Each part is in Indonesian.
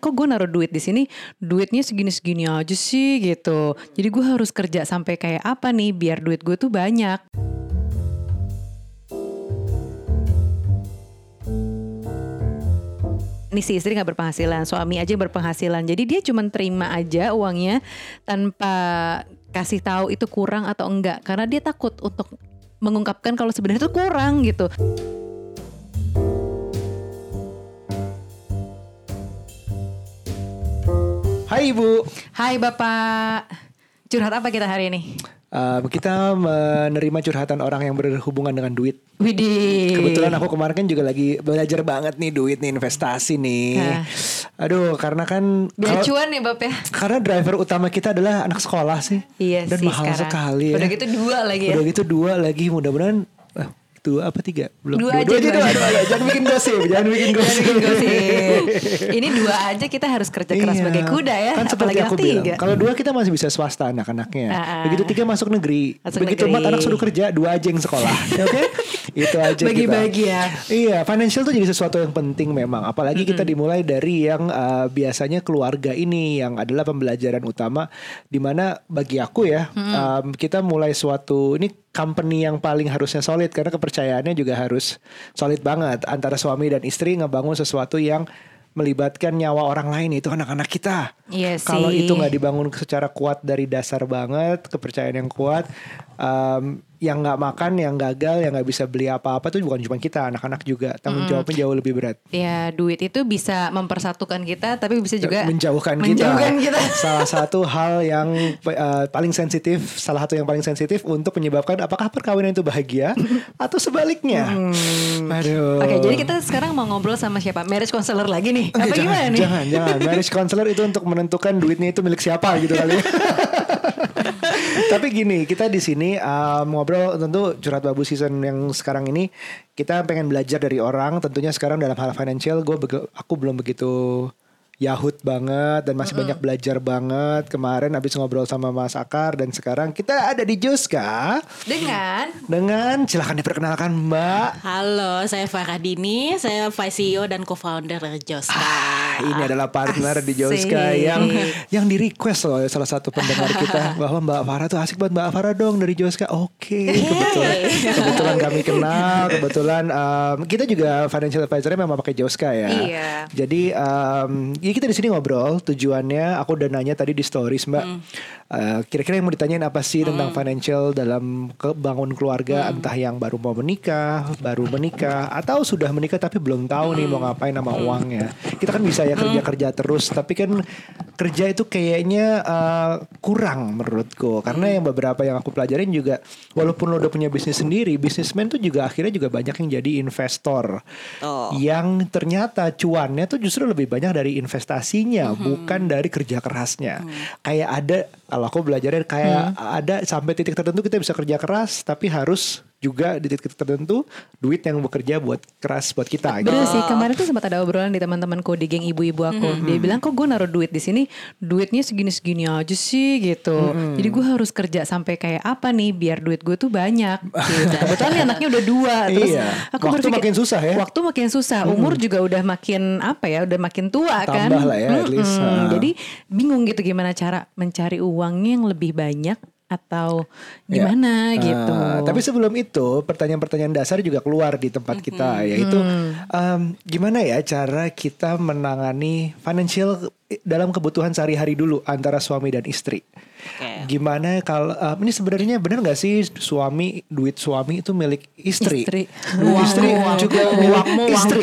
kok gue naruh duit di sini, duitnya segini-segini aja sih gitu. Jadi gue harus kerja sampai kayak apa nih biar duit gue tuh banyak. Ini si istri gak berpenghasilan, suami aja berpenghasilan. Jadi dia cuma terima aja uangnya tanpa kasih tahu itu kurang atau enggak. Karena dia takut untuk mengungkapkan kalau sebenarnya itu kurang gitu. Hai Ibu. Hai Bapak, curhat apa kita hari ini? Kita menerima curhatan orang yang berhubungan dengan duit. Widih. Kebetulan aku kemarin kan juga lagi belajar banget nih duit nih, investasi nih. Aduh, karena kan biar cuan ya Bap ya. Karena driver utama kita adalah anak sekolah sih. Iya dan sih mahal sekarang. Sekali ya. Udah gitu dua lagi ya. Udah gitu dua lagi, mudah-mudahan 2 apa 3? Belum. Dua aja. Jangan bikin gosip. Ini 2 aja kita harus kerja keras sebagai kuda ya. Kan seperti aku bilang, 3. kalau 2 kita masih bisa swasta anak-anaknya. Begitu 3 masuk negeri. Begitu 4 anak suruh kerja, 2 aja yang sekolah. Oke? Itu aja bagi-bagi kita. ya. Iya, financial tuh jadi sesuatu yang penting memang. Apalagi kita dimulai dari yang biasanya keluarga ini yang adalah pembelajaran utama. Dimana bagi aku ya, kita mulai suatu ini company yang paling harusnya solid karena kepercayaannya juga harus solid banget antara suami dan istri ngebangun sesuatu yang melibatkan nyawa orang lain, itu anak-anak kita. Iya sih. Kalau itu nggak dibangun secara kuat dari dasar banget, kepercayaan yang kuat, yang nggak makan, yang gagal, yang nggak bisa beli apa-apa tuh bukan cuma kita, anak-anak juga. Tanggung jawabnya jauh lebih berat. Ya, duit itu bisa mempersatukan kita, tapi bisa juga menjauhkan kita. Salah satu hal yang paling sensitif, salah satu yang paling sensitif untuk menyebabkan apakah perkawinan itu bahagia atau sebaliknya. Aduh. Oke, jadi kita sekarang mau ngobrol sama siapa? Marriage counselor lagi nih? Apa gimana nih? Jangan. Marriage counselor itu untuk menentukan duitnya itu milik siapa gitu kali. Tapi gini, kita di sini ngobrol tentu curhat babu season yang sekarang ini kita pengen belajar dari orang. Tentunya sekarang dalam hal financial aku belum begitu yahut banget dan masih banyak belajar banget. Kemarin habis ngobrol sama Mas Akar dan sekarang kita ada di Joska dengan silakan diperkenalkan Mbak. Halo, saya Farah Dini, saya Vice CEO dan co-founder dari Joska. Ini adalah partner di Joska yang di request loh salah satu pendengar kita bahwa Mbak Farah tuh asik banget, Mbak Farah dong dari Joska. Oke, kebetulan kami kenal, kebetulan kita juga financial advisor-nya memang pakai Joska ya. Iya. Jadi kita di sini ngobrol, tujuannya aku udah nanya tadi di stories Mbak. Kira-kira yang mau ditanyain apa sih tentang financial dalam bangun keluarga, entah yang baru mau menikah, atau sudah menikah tapi belum tahu nih mau ngapain sama uangnya. Kita kan bisa ya kerja terus, tapi kan kerja itu kayaknya kurang menurutku. Karena yang beberapa yang aku pelajarin juga, walaupun lo udah punya bisnis sendiri, bisnismen tuh juga akhirnya juga banyak yang jadi investor. Yang ternyata cuannya tuh justru lebih banyak dari investasinya, bukan dari kerja kerasnya. Kayak ada, kalau aku belajarnya kayak ada sampai titik tertentu kita bisa kerja keras, tapi harus juga di titik tertentu duit yang bekerja buat keras buat kita. Bener sih, kemarin tuh sempat ada obrolan di teman-temanku di geng ibu-ibu aku. Dia bilang kok gue naruh duit di sini, duitnya segini-segini aja sih gitu. Jadi gue harus kerja sampai kayak apa nih biar duit gue tuh banyak. Gitu. Kebetulan anaknya udah 2. Terus aku waktu makin susah ya. Waktu makin susah, umur juga udah makin udah makin tua. Tambah kan. Tambah lah ya at least. Jadi bingung gitu gimana cara mencari uangnya yang lebih banyak atau gimana gitu. Tapi sebelum itu pertanyaan-pertanyaan dasar juga keluar di tempat kita, yaitu gimana ya cara kita menangani financial dalam kebutuhan sehari-hari dulu antara suami dan istri. Gimana kalau ini sebenarnya benar nggak sih duit suami itu milik istri? Istri juga milik istri.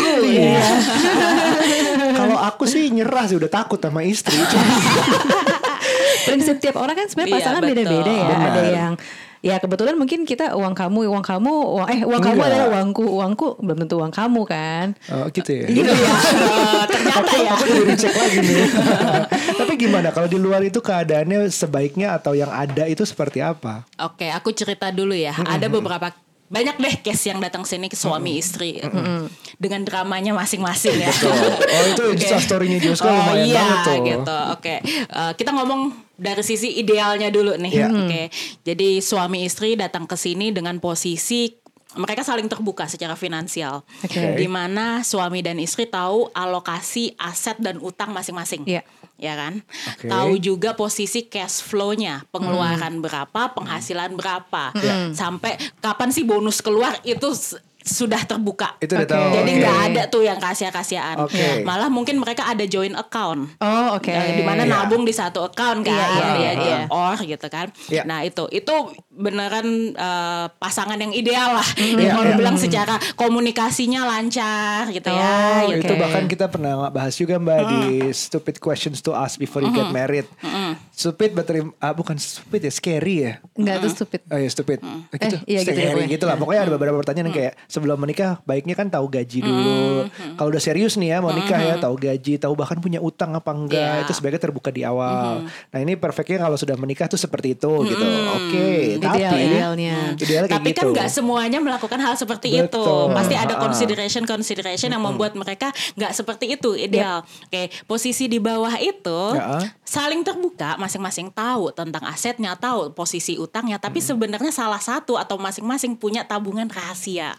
Kalau aku sih nyerah sih, udah takut sama istri. Prinsip tiap orang kan sebenarnya pasangan beda-beda ya. Benar. Ada yang ya kebetulan mungkin kita uang kamu adalah uangku belum tentu uang kamu kan. Gitu ya. Gitu ya. Ternyata ya. Aku jadi cek lagi nih. Tapi gimana kalau di luar itu keadaannya sebaiknya atau yang ada itu seperti apa? Oke, aku cerita dulu ya. Ada beberapa banyak deh case yang datang sini ke suami istri dengan dramanya masing-masing ya. Betul. Itu story-nya Joska lumayan banget tuh. Gitu. Oke. Kita ngomong dari sisi idealnya dulu nih. Oke. Jadi suami istri datang ke sini dengan posisi mereka saling terbuka secara finansial. Oke. Di mana suami dan istri tahu alokasi aset dan utang masing-masing. Iya. Ya kan? Oke. Tahu juga posisi cash flow-nya, pengeluaran berapa, penghasilan berapa. Sampai kapan sih bonus keluar itu sudah terbuka. Itu udah Oke. tahu. Jadi Oke. nggak ada tuh yang kasihan-kasihan. Oke. Malah mungkin mereka ada joint account. Oh, oke. Di mana Iya. nabung di satu account kan, Iya. or gitu kan. Iya. Nah itu beneran pasangan yang ideal lah. Iya, Kalau iya. bilang secara komunikasinya lancar gitu ya. Oh, Gitu. itu bahkan kita pernah bahas juga Mbak di Stupid Questions to Ask Before You Get Married. Stupid bukan stupid ya, scary ya. Enggak tuh stupid. Oh iya stupid. Gitu. Iya gitu Scary pokoknya. gitu lah. Pokoknya ada beberapa pertanyaan yang kayak sebelum menikah baiknya kan tahu gaji dulu. Kalau udah serius nih ya mau nikah ya, tahu gaji, tahu bahkan punya utang apa enggak. Iya. Itu sebaiknya terbuka di awal. Nah ini perfectnya kalau sudah menikah tuh seperti itu gitu. Oke, tapi Idealnya. idealnya kayak Tapi gitu. kan nggak semuanya melakukan hal seperti itu. Betul. Pasti ada consideration yang membuat mereka nggak seperti itu ideal. Oke, posisi di bawah itu Ya. saling terbuka, masing-masing tahu tentang asetnya, tahu posisi utangnya. Tapi sebenarnya salah satu atau masing-masing punya tabungan rahasia.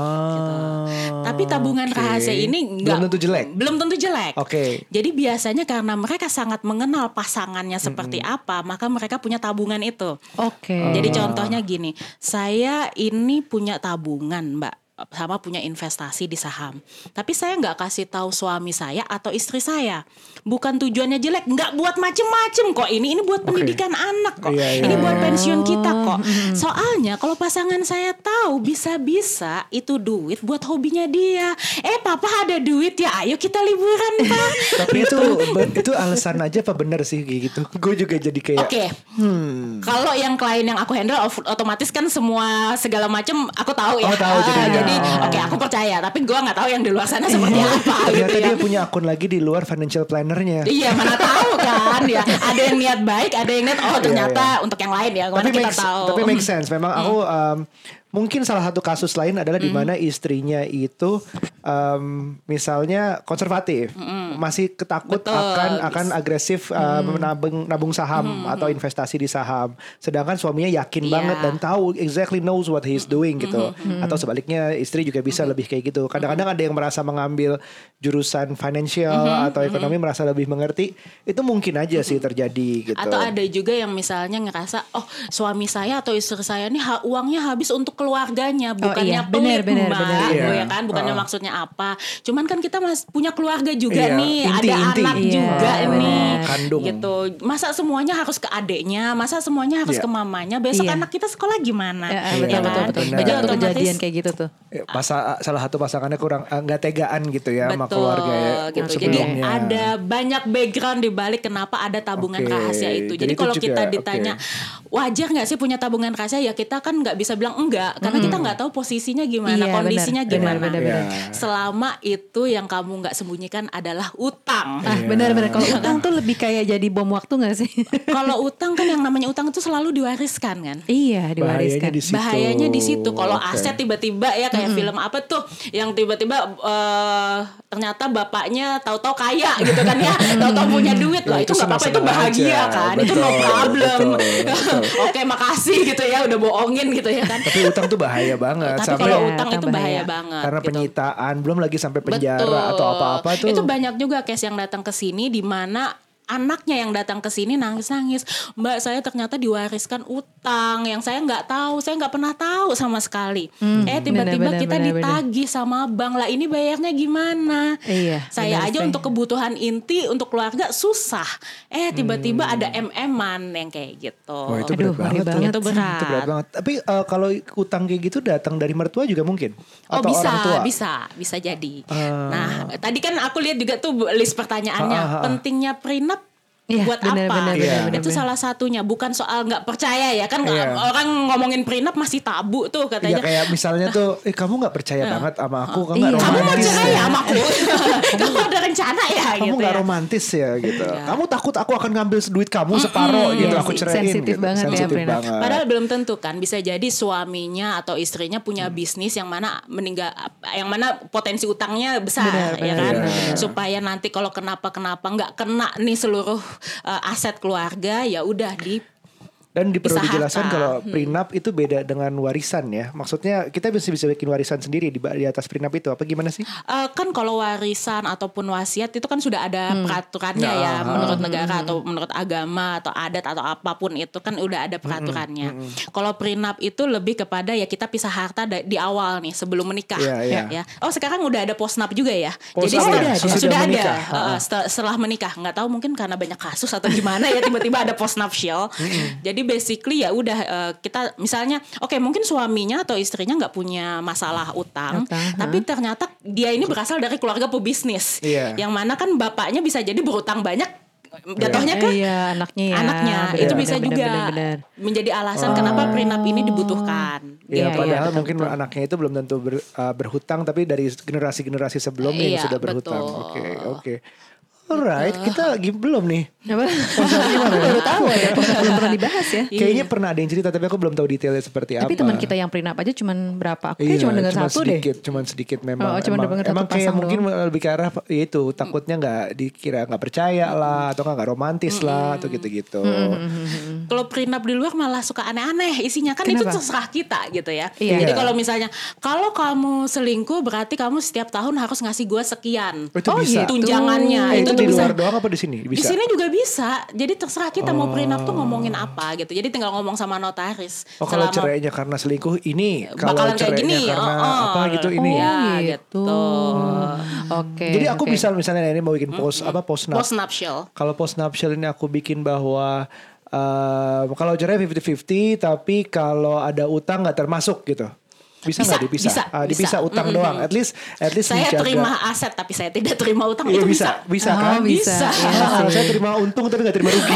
Tapi tabungan oke. rahasia ini belum tentu jelek. Belum tentu jelek. Oke. Jadi biasanya karena mereka sangat mengenal pasangannya seperti apa, maka mereka punya tabungan itu. Oke. Jadi contohnya gini, saya ini punya tabungan, Mbak, sama punya investasi di saham. Tapi saya nggak kasih tahu suami saya atau istri saya. Bukan tujuannya jelek, nggak buat macem-macem kok. Ini buat pendidikan anak kok. Iya, iya. Ini buat pensiun kita kok. Soalnya kalau pasangan saya tahu bisa-bisa itu duit buat hobinya dia. Papa ada duit ya, ayo kita liburan, Pak. Tapi itu alasan aja apa benar sih kayak gitu? Gue juga jadi kayak Oke. Kalau yang klien yang aku handle otomatis kan semua segala macam aku tahu ya. Oh, tahu jadi Oke, aku percaya. Tapi gue nggak tahu yang di luar sana seperti apa gitu ternyata ya. dia punya akun lagi di luar financial plannernya. Iya, mana tahu kan ya. Ada yang niat baik, ada yang niat ternyata untuk yang lain ya. Mana kita tahu. Tapi make sense. Memang aku mungkin salah satu kasus lain adalah di mana istrinya itu misalnya konservatif, masih ketakut Betul. akan agresif nabung saham atau investasi di saham. Sedangkan suaminya yakin Iya. banget dan tahu exactly knows what he's doing gitu. Atau sebaliknya istri juga bisa lebih kayak gitu. Kadang-kadang ada yang merasa mengambil jurusan financial atau ekonomi merasa lebih mengerti. Itu mungkin aja sih terjadi gitu. Atau ada juga yang misalnya ngerasa, oh suami saya atau istri saya ini uangnya habis untuk keluarganya, bukannya iya. pelit Benar, Mbak, benar. gitu Iya. ya kan, bukannya maksudnya apa. Cuman kan kita punya keluarga juga Iya, nih, inti. ada anak Iya, juga benar. nih, Kandung. gitu. Masa semuanya harus ke adeknya, masa semuanya harus Iya. ke mamanya, besok Iya. anak kita sekolah gimana? Ya, Ya betul, kan? betul, betul. Benar. Banyak tuh Otomatis- kejadian kayak gitu tuh. Salah satu pasangannya kurang nggak tegaan gitu ya sama Betul, keluarga ya gitu. Jadi sebelumnya. ada banyak background di balik kenapa ada tabungan Oke, rahasia itu. jadi Jadi itu kalau juga, kita ditanya wajar nggak sih punya tabungan rahasia, ya kita kan nggak bisa bilang enggak karena kita nggak tahu posisinya gimana, Iya, kondisinya benar, gimana. benar. Selama itu yang kamu nggak sembunyikan adalah utang. Benar-benar. Kalau utang tuh lebih kayak jadi bom waktu gak sih? Kalau utang kan yang namanya utang itu selalu diwariskan kan. Iya, diwariskan. Bahayanya di situ. Bahayanya di situ. Kalau Oke. aset tiba-tiba ya kayak film apa tuh yang tiba-tiba ternyata bapaknya tahu-tahu kaya gitu kan ya, tahu-tahu punya duit Ya, loh, itu nggak apa-apa, itu senang-senang bahagia aja. kan, itu no Betul, problem. betul. Oke makasih gitu ya udah bohongin gitu ya kan. Tapi utang tuh bahaya banget. Tapi Sampai kalau Ya, utang itu bahaya bahaya. banget. karena gitu. penyitaan, belum lagi sampai penjara Betul. atau apa-apa tuh. Itu banyak juga case yang datang ke sini di mana anaknya yang datang ke sini nangis-nangis, Mbak saya ternyata diwariskan utang yang saya nggak tahu, saya nggak pernah tahu sama sekali. Tiba-tiba benar, kita benar, ditagih sama bank lah, ini bayarnya gimana? Iya, Saya benar aja sih. untuk kebutuhan inti untuk keluarga susah. Tiba-tiba ada MM-an yang kayak gitu. Oh, itu Aduh, berat ngeri banget tuh. banget. Itu berat. Itu berat banget. Tapi kalau utang kayak gitu datang dari mertua juga mungkin? Oh Atau orang tua? bisa jadi. Nah, tadi kan aku lihat juga tuh list pertanyaannya, pentingnya prenup Iya, buat benar, apa? benar, benar, Itu benar. salah satunya, bukan soal nggak percaya ya kan, Iya. orang ngomongin prenup masih tabu tuh Iya katanya. kayak misalnya tuh, kamu nggak percaya banget sama aku, kamu nggak Iya. Kamu mau romantis cerai ya? ya sama aku? Kamu ada rencana ya? Kamu gitu nggak ya. romantis ya gitu. Iya. Kamu takut aku akan ngambil duit kamu separoh gitu, Iya aku sih, ceraiin. sensitif gitu. banget ya, Sensitif Prina. banget. Padahal belum tentu kan, bisa jadi suaminya atau istrinya punya bisnis yang mana potensi utangnya besar, Benar, ya benar, kan, benar. supaya nanti kalau kenapa nggak kena nih seluruh aset keluarga, ya udah Dan perlu Pisah dijelaskan harta. kalau prenup itu beda dengan warisan ya. Maksudnya kita bisa bikin warisan sendiri di atas prenup itu. Apa gimana sih? Kan kalau warisan ataupun wasiat itu kan sudah ada peraturannya ya, menurut negara atau menurut agama atau adat atau apapun itu kan udah ada peraturannya. Kalau prenup itu lebih kepada ya kita pisah harta di awal nih sebelum menikah. Iya. Ya. Oh sekarang udah ada postnup juga ya. Jadi Postnup ya? sudah Sesudah ada. menikah. Setelah menikah, nggak tahu mungkin karena banyak kasus atau gimana ya tiba-tiba ada postnuptial. Jadi basically ya udah kita misalnya oke mungkin suaminya atau istrinya nggak punya masalah utang, tapi ternyata dia ini berasal dari keluarga pebisnis, yang mana kan bapaknya bisa jadi berutang banyak, jatuhnya ke anaknya. Itu bisa juga menjadi alasan kenapa prenup ini dibutuhkan. Ya, padahal mungkin anaknya itu belum tentu berhutang, tapi dari generasi-generasi sebelumnya yang sudah berhutang. Oke. Alright, kita belum nih. Apa? Gimana? Baru tahu ya, belum pernah dibahas ya. Kayaknya pernah ada yang cerita, tapi aku belum tahu detailnya seperti apa. Tapi teman kita yang prenup aja cuman berapa? Aku cuma dengar satu sedikit, deh. Cuman sedikit memang. Emang kayak mungkin lebih ke arah itu takutnya nggak percaya lah, atau nggak romantis lah, atau gitu-gitu. Kalau prenup di luar malah suka aneh-aneh isinya kan. Kenapa? Itu terserah kita gitu ya. Iya. Jadi kalau misalnya kalau kamu selingkuh berarti kamu setiap tahun harus ngasih gue sekian. Itu bisa. Tunjangannya Itu tuh di bisa. luar doang apa di sini? Di sini juga bisa. Jadi terserah kita mau prenup tuh ngomongin apa gitu. Jadi tinggal ngomong sama notaris. Kalau cerainya karena selingkuh ini, kalau bakalan kayak cerainya gini. karena apa gitu ini. Gitu. Oke. Jadi aku bisa misalnya ini mau bikin Postnuptial. Kalau postnuptial ini aku bikin bahwa kalau cerai 50-50, tapi kalau ada utang nggak termasuk gitu. Bisa nggak dipisah? Dipisah utang doang. At least saya dijaga. terima aset tapi saya tidak terima utang. Iya, itu bisa kan? Bisa. Saya terima untung tapi nggak terima rugi.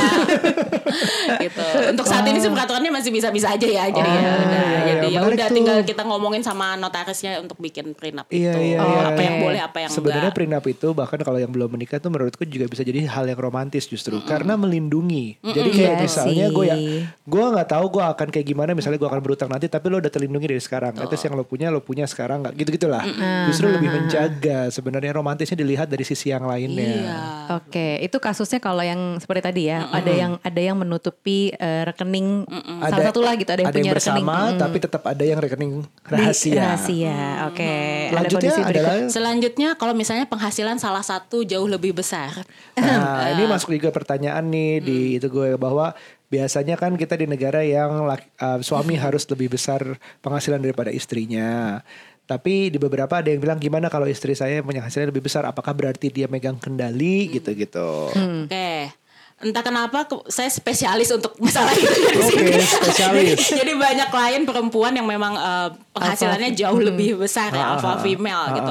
Gitu. Untuk saat ini sih peraturannya masih bisa-bisa aja ya. Jadi ya udah tinggal kita ngomongin sama notarisnya untuk bikin prenup itu. Apa yang boleh, apa yang Sebenarnya enggak. prenup itu bahkan kalau yang belum menikah tuh menurutku juga bisa jadi hal yang romantis justru karena melindungi. Jadi kayak misalnya gue nggak tahu gue akan kayak gimana, misalnya gue akan berutang nanti, tapi lo udah terlindungi dari sekarang. Itu yang lo punya sekarang nggak gitu-gitulah. Justru lebih menjaga. Sebenarnya romantisnya dilihat dari sisi yang lainnya. Oke, itu kasusnya kalau yang seperti tadi ya, ada yang menutupi rekening salah satu lah gitu, ada yang punya rekening bersama tapi tetap ada yang rekening rahasia. Oke. Lanjutnya adalah selanjutnya kalau misalnya penghasilan salah satu jauh lebih besar. Nah, ini masuk juga pertanyaan nih di itu gue bahwa biasanya kan kita di negara yang suami harus lebih besar penghasilan daripada istrinya. Tapi di beberapa ada yang bilang gimana kalau istri saya punya penghasilan lebih besar, apakah berarti dia megang kendali gitu-gitu. Oke. Entah kenapa saya spesialis untuk masalah itu di sini. Spesialis. Jadi banyak klien perempuan yang memang penghasilannya jauh lebih besar ya, alpha female gitu.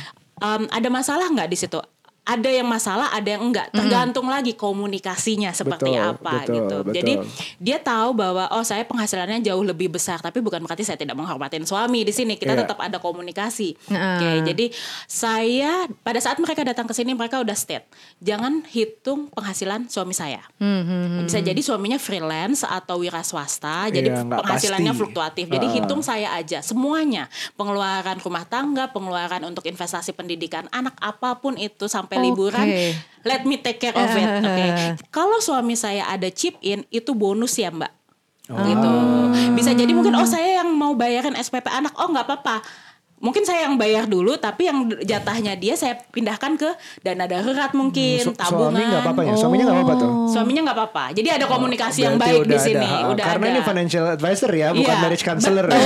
Ada masalah nggak di situ? Ada yang masalah, ada yang enggak. Tergantung lagi komunikasinya seperti apa gitu. Jadi dia tahu bahwa saya penghasilannya jauh lebih besar, tapi bukan berarti saya tidak menghormatin suami di sini. Kita tetap ada komunikasi. Oke, jadi saya pada saat mereka datang ke sini mereka udah state, jangan hitung penghasilan suami saya. Bisa jadi suaminya freelance atau wira swasta, jadi penghasilannya fluktuatif. Jadi hitung saya aja semuanya, pengeluaran rumah tangga, pengeluaran untuk investasi pendidikan anak, apapun itu sampai liburan, let me take care of it. Kalau suami saya ada chip in, itu bonus ya Mbak. Gitu. Bisa jadi mungkin saya yang mau bayarin SPP anak, nggak apa-apa. Mungkin saya yang bayar dulu, tapi yang jatahnya dia saya pindahkan ke dana darurat mungkin, tabungan. Suami nggak apa-apa ya? Suaminya nggak apa-apa tuh? Suaminya nggak apa-apa. Jadi ada komunikasi yang baik di sini. Karena ini financial advisor ya, bukan marriage counselor ya.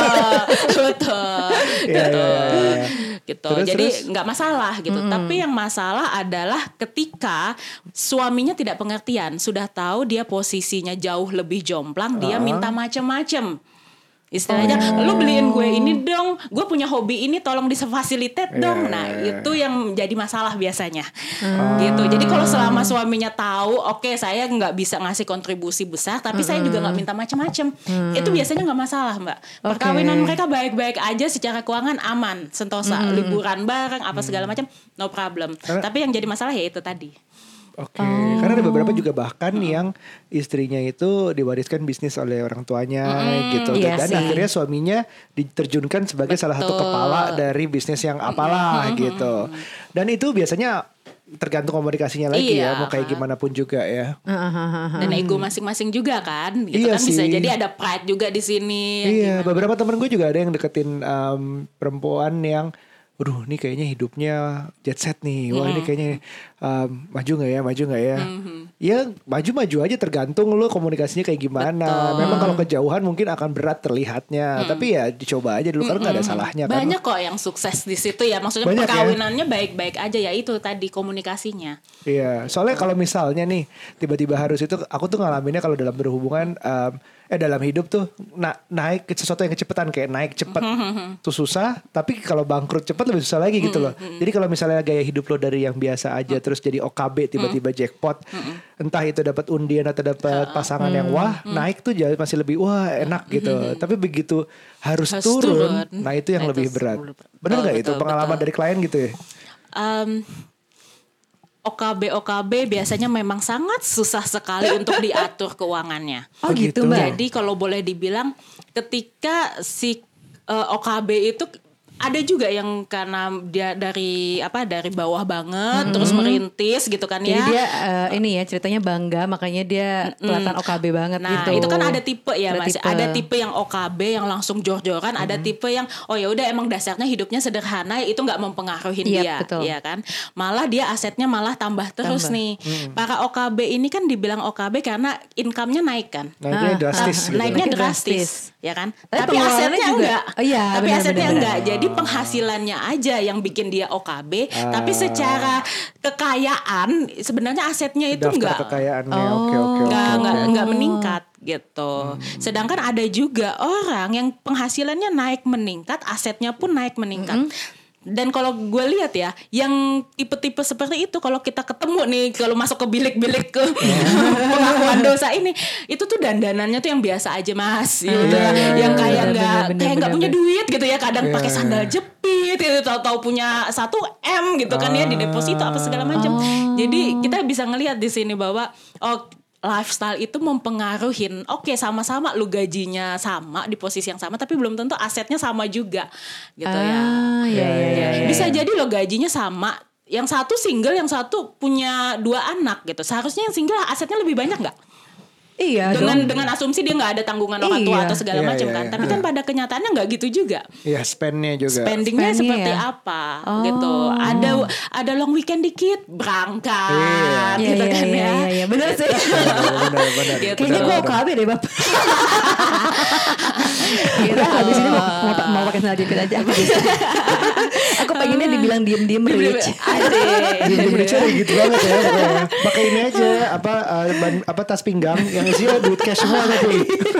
Betul. Gitu. Jadi nggak masalah gitu. Tapi yang masalah adalah ketika suaminya tidak pengertian, sudah tahu dia posisinya jauh lebih jomplang, dia minta macam-macam. Istilahnya, lu beliin gue ini dong, gue punya hobi ini, tolong disfasilitate dong. Nah, itu yang jadi masalah biasanya. Gitu. Jadi kalau selama suaminya tahu, oke, saya nggak bisa ngasih kontribusi besar, tapi saya juga nggak minta macam-macam. Itu biasanya nggak masalah, Mbak. Perkawinan mereka baik-baik aja, secara keuangan aman, sentosa, liburan bareng, apa segala macam, no problem. Tapi yang jadi masalah ya itu tadi. Karena ada beberapa juga bahkan yang istrinya itu diwariskan bisnis oleh orang tuanya gitu. Dan akhirnya suaminya diterjunkan sebagai salah satu kepala dari bisnis yang apalah gitu. Dan itu biasanya tergantung komunikasinya lagi Iya. ya, mau kayak gimana pun juga ya. Dan ego masing-masing juga kan, gitu Iya kan bisa sih. jadi ada pride juga di sini. Iya, beberapa temen gue juga ada yang deketin perempuan yang, waduh, ini kayaknya hidupnya jet set nih. Wah, ini kayaknya maju nggak ya, maju nggak ya? Ya maju-maju aja, tergantung lo komunikasinya kayak gimana. Betul. Memang kalau kejauhan mungkin akan berat terlihatnya, tapi ya dicoba aja dulu karena nggak ada salahnya kan. Banyak kok yang sukses di situ ya. Maksudnya Banyak ya. perkawinannya baik-baik aja ya, itu tadi komunikasinya. Iya, soalnya kalau misalnya nih tiba-tiba harus itu, aku tuh ngalaminnya kalau dalam berhubungan, dalam hidup tuh naik ke sesuatu yang kecepatan, kayak naik cepet tuh susah, tapi kalau bangkrut cepet lebih susah lagi gitu loh. Jadi kalau misalnya gaya hidup lo dari yang biasa aja terus jadi OKB tiba-tiba jackpot, entah itu dapat undian atau dapat pasangan yang wah naik tuh masih lebih wah enak gitu. Tapi begitu harus turun, nah itu yang Nah, lebih itu berat. betul, Bener nggak itu betul, pengalaman betul. dari klien gitu ya? OKB biasanya memang sangat susah sekali untuk diatur keuangannya. Oh gitu Mbak. Jadi kalau boleh dibilang ketika si OKB itu ada juga yang karena dia dari bawah banget terus merintis gitu kan Jadi ya. dia ini ya ceritanya bangga, makanya dia kelihatan OKB banget Nah, gitu. itu kan ada tipe ya, Ada Mas. tipe. Ada tipe yang OKB yang langsung jor-joran, ada tipe yang oh ya udah emang dasarnya hidupnya sederhana, itu nggak mempengaruhi Iya, dia, betul. ya kan? Malah dia asetnya malah tambah terus Tambah. nih. Para OKB ini kan dibilang OKB karena income-nya naik kan. Naiknya drastis gitu. Naiknya Naiknya drastis, ya kan? Tapi Tapi pengeluarannya asetnya juga. enggak. Oh iya, Tapi benar, asetnya benar, enggak. Jadi penghasilannya aja yang bikin dia OKB, tapi secara kekayaan sebenarnya asetnya itu Daftar enggak kekayaannya, oke. nggak meningkat gitu. Sedangkan ada juga orang yang penghasilannya naik meningkat, asetnya pun naik meningkat. Dan kalau gue lihat ya, yang tipe-tipe seperti itu kalau kita ketemu nih, kalau masuk ke bilik-bilik ke pengakuan dosa ini, itu tuh dandanannya tuh yang biasa aja Mas, gitu lah. Yang kayak nggak punya duit gitu ya, kadang pakai sandal jepit, gitu, tahu-tahu punya 1 M gitu kan ya di deposito apa segala macam. Jadi kita bisa ngelihat di sini bahwa lifestyle itu mempengaruhin. Oke, sama-sama lu gajinya sama di posisi yang sama, tapi belum tentu asetnya sama juga, gitu ya. Iya. Bisa jadi lo gajinya sama, yang satu single, yang satu punya 2 anak gitu. Seharusnya yang single asetnya lebih banyak nggak? Iya Dengan asumsi dia nggak ada tanggungan orang tua Iya. atau segala Iya, macam iya, kan. iya. Tapi kan pada kenyataannya nggak gitu juga. Iya, spendnya juga. Spendingnya Spendnya seperti ya? apa gitu. Ada long weekend dikit berangkat Iya, gitu kan ya. Iya, benar sih. Benar. Gitu. Kayaknya gue OKB deh Bapak. Kita habis ini mau pakai sandal jepit aja. Aku pengennya dibilang diem-diem rich. Diem rich kayak gitu banget ya pokoknya. Pakai ini aja apa tas pinggang yang isinya duit cash semua tadi.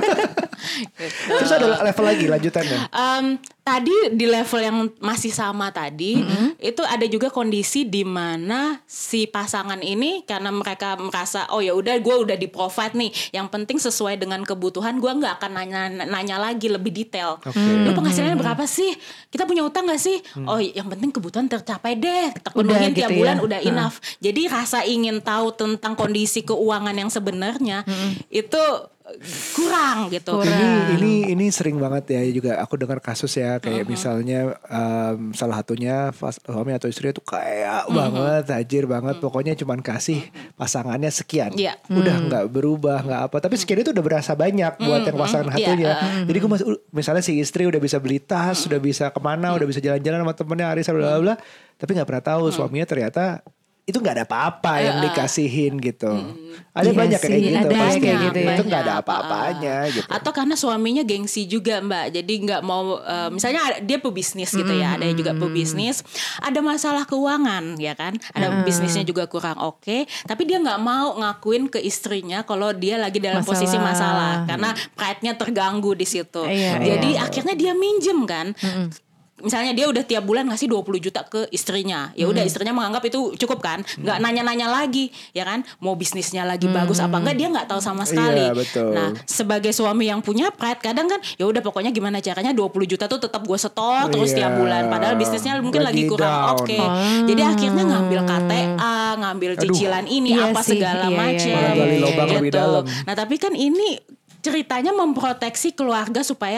Terus ada level lagi lanjutannya. Tadi di level yang masih sama tadi, itu ada juga kondisi di mana si pasangan ini karena mereka merasa oh ya udah gue udah di provide nih, yang penting sesuai dengan kebutuhan, gue nggak akan nanya lagi lebih detail. Lu penghasilannya berapa sih? Kita punya utang nggak sih? Oh yang penting kebutuhan tercapai deh, terpenuhin Udah tiap gitu bulan ya. udah enough. Jadi rasa ingin tahu tentang kondisi keuangan yang sebenarnya itu kurang gitu. Ini sering banget ya juga aku dengar kasus ya kayak misalnya salah satunya suami atau istri itu kaya banget, tajir banget, pokoknya cuman kasih pasangannya sekian. Iya. Udah nggak berubah, nggak apa. Tapi sekian itu udah berasa banyak buat yang pasangan satunya. Jadi gue misalnya si istri udah bisa beli tas, udah bisa kemana, udah bisa jalan-jalan sama temennya arisan bla bla, tapi nggak pernah tahu suaminya ternyata itu nggak ada apa-apa yang dikasihin gitu. Ada Iya banyak sih, kayak gitu ada pasti. kayak gitu ya. Itu nggak ada apa-apanya gitu. Atau karena suaminya gengsi juga Mbak, jadi nggak mau misalnya dia pebisnis gitu ya, ada juga pebisnis, ada masalah keuangan ya kan, ada bisnisnya juga kurang oke, tapi dia nggak mau ngakuin ke istrinya kalau dia lagi dalam posisi masalah karena pride-nya terganggu di situ. Jadi akhirnya dia minjem kan. Misalnya dia udah tiap bulan ngasih 20 juta ke istrinya. Ya udah istrinya menganggap itu cukup kan? Nggak nanya-nanya lagi, ya kan? Mau bisnisnya lagi bagus apa enggak dia nggak tahu sama sekali. Iya, betul. Nah, sebagai suami yang punya pride kadang kan ya udah pokoknya gimana caranya 20 juta tuh tetap gue setor terus tiap bulan padahal bisnisnya mungkin lagi kurang down. oke. Jadi akhirnya ngambil KTA, ngambil cicilan ini Iya apa sih, segala iya, macam. Malah gali lubang lebih dalam. Nah, tapi kan ini ceritanya memproteksi keluarga supaya nggak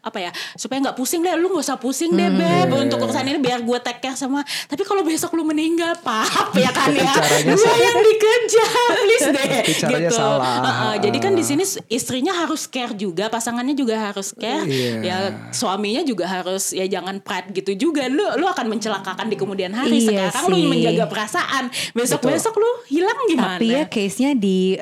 apa ya, supaya nggak pusing deh, lu nggak usah pusing deh beb untuk urusan ini, biar gue take care semua. Tapi kalau besok lu meninggal, pap ya kan ya, gue yang dikejar, please deh. Caranya gitu. salah. Jadi kan di sini istrinya harus care juga, pasangannya juga harus care, ya suaminya juga harus, ya jangan pride gitu juga. Lu akan mencelakakan di kemudian hari. Sekarang lu menjaga perasaan, besok lu hilang gimana? Tapi ya case-nya di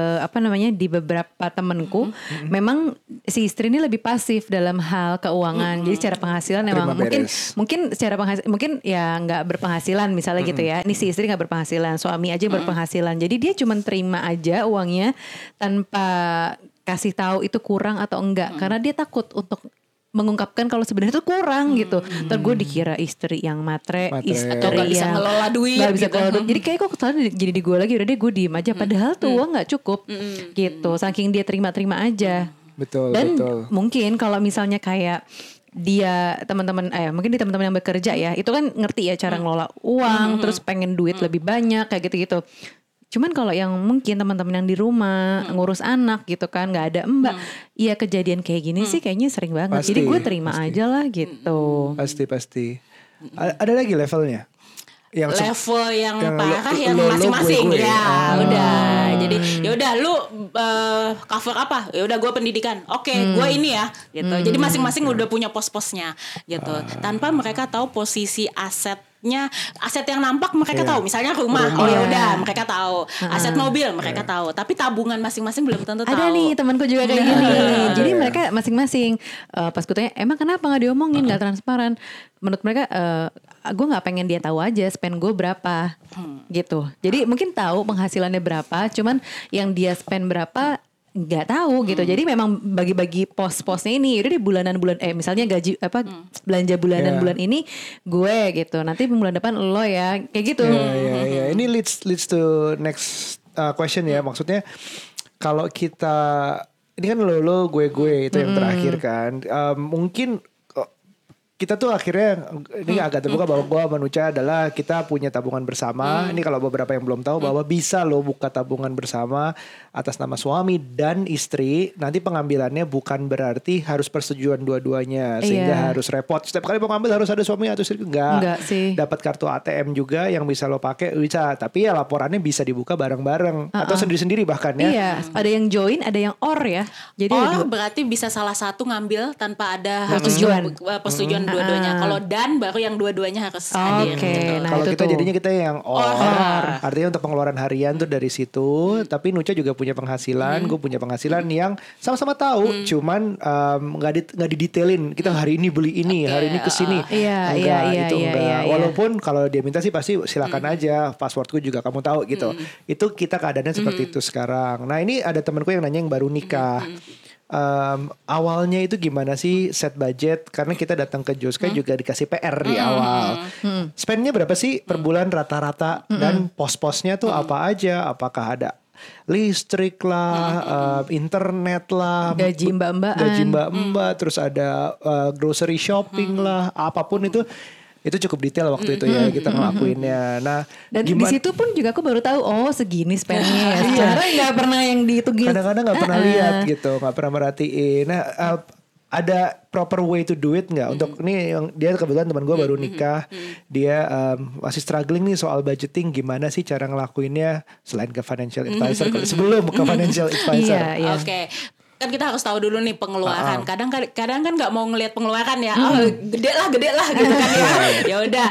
di beberapa temenku memang si istri ini lebih pasif dalam hal keuangan. Jadi secara penghasilan memang mungkin secara penghasilan mungkin ya nggak berpenghasilan misalnya gitu ya. Ini si istri nggak berpenghasilan, suami aja berpenghasilan. Jadi dia cuma terima aja uangnya tanpa kasih tahu itu kurang atau enggak, karena dia takut untuk mengungkapkan kalau sebenarnya itu kurang gitu. Ntar gue dikira istri yang matre. Istri atau gak bisa ngelola duit, gak bisa gitu. ngelola duit. Jadi kayak kok kesalahan jadi di gue lagi, udah deh gue diem aja. Padahal tuh uang gak cukup gitu. Saking dia terima-terima aja. Betul. Dan mungkin kalau misalnya kayak dia teman-teman mungkin di teman-teman yang bekerja ya, itu kan ngerti ya cara ngelola uang, terus pengen duit lebih banyak kayak gitu-gitu. Cuman kalau yang mungkin teman-teman yang di rumah ngurus anak gitu kan, nggak ada mbak, iya kejadian kayak gini sih kayaknya sering banget. Jadi gue terima aja lah gitu. Pasti. Ada lagi levelnya? Level yang parah yang masing-masing ya udah. Jadi ya udah lu cover apa? Ya udah gue pendidikan. Oke, gue ini ya gitu. Jadi masing-masing udah punya pos-posnya gitu. Tanpa mereka tahu posisi aset yang nampak mereka tahu, misalnya rumah. Oh ya udah mereka tahu, aset mobil mereka tahu, tapi tabungan masing-masing belum tentu tahu. Ada nih temanku juga kayak gini. Jadi mereka masing-masing pas gue tanya emang kenapa nggak diomongin, nggak transparan. Menurut mereka gue nggak pengen dia tahu aja spend gue berapa gitu. Jadi mungkin tahu penghasilannya berapa, cuman yang dia spend berapa nggak tahu gitu. Jadi memang bagi-bagi pos-posnya ini udah di bulanan-bulan misalnya gaji belanja bulanan bulan ini gue gitu, nanti bulan depan lo ya kayak gitu. Ini leads to next question ya. Maksudnya kalau kita ini kan lo gue itu yang terakhir kan, mungkin kita tuh akhirnya ini agak terbuka bahwa gue sama Nucha adalah kita punya tabungan bersama. Ini kalau beberapa yang belum tahu bahwa bisa lo buka tabungan bersama atas nama suami dan istri. Nanti pengambilannya bukan berarti harus persetujuan dua-duanya sehingga harus repot. Setiap kali mau ngambil harus ada suami atau istri. Enggak sih. Dapat kartu ATM juga yang bisa lo pakai bisa. Tapi ya laporannya bisa dibuka bareng-bareng atau sendiri-sendiri bahkan ya. Iya, ada yang join, ada yang ya. Jadi berarti bisa salah satu ngambil tanpa ada persetujuan dua-duanya. Kalau dan baru yang dua-duanya harus hadir. Gitu. Kalau kita jadinya kita yang artinya untuk pengeluaran harian tuh dari situ. Tapi Nucha juga punya penghasilan, gue punya penghasilan yang sama-sama tahu. Cuman nggak didetailin. Kita hari ini beli ini, hari ini kesini. Enggak. Walaupun kalau dia minta sih pasti silakan aja. Passwordku juga kamu tahu gitu. Itu kita keadaannya seperti itu sekarang. Nah ini ada temanku yang nanya yang baru nikah. Awalnya itu gimana sih set budget? Karena kita datang ke Joska juga dikasih PR di awal. Spendnya berapa sih per bulan rata-rata? Dan pos-posnya tuh apa aja? Apakah ada listrik lah, internet lah, gaji mbak-mbak, terus ada grocery shopping lah, apapun itu cukup detail waktu itu ya kita ngelakuinnya. Nah, dan di situ pun juga aku baru tahu segini spendnya. Secara nggak pernah yang dihitungin. Kadang-kadang nggak pernah lihat gitu, nggak pernah merhatiin. Nah, ada proper way to do it nggak? Untuk ini yang dia kebetulan teman gue baru nikah, dia masih struggling nih soal budgeting. Gimana sih cara ngelakuinnya selain ke financial advisor? Sebelum ke financial advisor. Oke. Kan kita harus tahu dulu nih pengeluaran. Kadang kan nggak mau ngelihat pengeluaran ya. Gede lah gitu kan ya. Ya udah.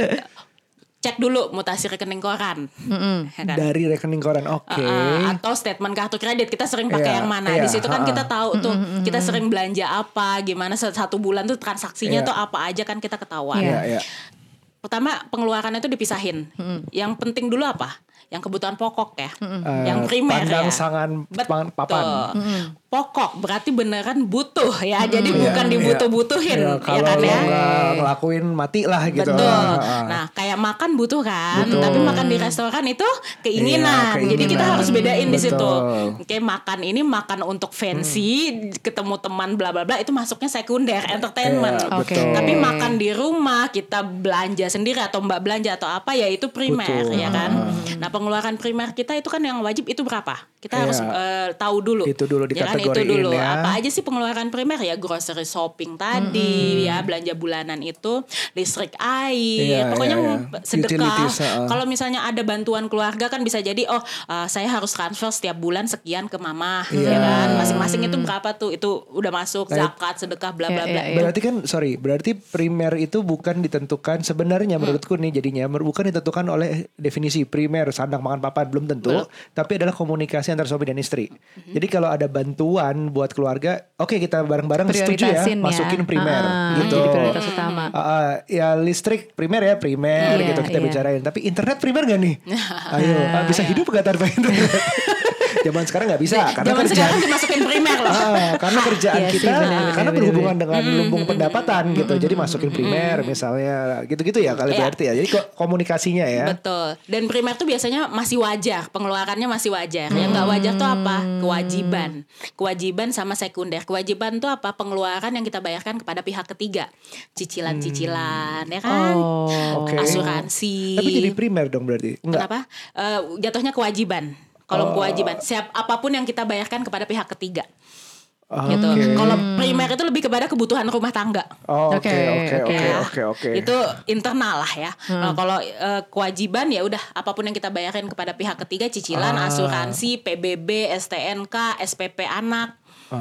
Cek dulu mutasi rekening koran. Ya kan? Dari rekening koran, oke. Atau statement kartu kredit kita sering pakai yang mana? Di situ kan kita tahu tuh kita sering belanja apa, gimana satu bulan tuh transaksinya tuh apa aja kan kita ketahuan. Pertama pengeluarannya tuh dipisahin. Yang penting dulu apa? Yang kebutuhan pokok ya, yang primer pandang ya. Sangan papan. Pokok berarti beneran butuh ya, jadi bukan dibutuh-butuhin ya kan ya. Kalau ngelakuin mati lah gitu. Betul. Nah kayak makan butuh kan, tapi makan di restoran itu keinginan. Jadi kita harus bedain di situ. Oke, makan ini makan untuk fancy, ketemu teman bla bla bla itu masuknya sekunder, entertainment. Tapi makan di rumah kita belanja sendiri atau mbak belanja atau apa ya itu primer ya kan. Nah pengeluaran primer kita itu kan yang wajib itu berapa? Kita harus tahu dulu. Itu dulu ya kan? itu dulu. ya. Apa aja sih pengeluaran primer ya? Grocery shopping tadi, ya belanja bulanan itu, listrik, air, pokoknya sedekah. Kalau misalnya ada bantuan keluarga kan bisa jadi saya harus transfer setiap bulan sekian ke mama, ya kan? Masing-masing itu berapa tuh? Itu udah masuk zakat, sedekah, bla bla bla. Berarti primer itu bukan ditentukan sebenarnya menurutku nih jadinya bukan ditentukan oleh definisi primer sandang makan papan belum tentu, tapi adalah komunikasi antara suami dan istri. Jadi kalau ada bantuan buat keluarga, oke kita bareng-bareng setuju ya masukin primer gitu. Jadi prioritas utama. Ya listrik primer gitu kita bicarain. Tapi internet primer gak nih? Ayo, bisa hidup gak tanpa internet? Zaman sekarang nggak bisa karena sekarang dimasukin primer loh. Karena kerjaan kita karena berhubungan dengan lumbung pendapatan gitu. Jadi masukin primer misalnya gitu-gitu ya kali berarti ya. Jadi komunikasinya ya. Betul. Dan primer tuh biasanya masih wajar, pengeluarannya masih wajar. Yang nggak wajar tuh apa? Kewajiban sama sekunder. Kewajiban tuh apa? Pengeluaran yang kita bayarkan kepada pihak ketiga. Cicilan-cicilan ya kan? Asuransi. Tapi jadi primer dong berarti. Kenapa? Jatuhnya kewajiban. Kalau kewajiban, apapun yang kita bayarkan kepada pihak ketiga. Gitu. Kalau primer itu lebih kepada kebutuhan rumah tangga. Oke. Itu internal lah ya. Kalau kewajiban ya udah apapun yang kita bayarkan kepada pihak ketiga, cicilan, asuransi, PBB, STNK, SPP anak.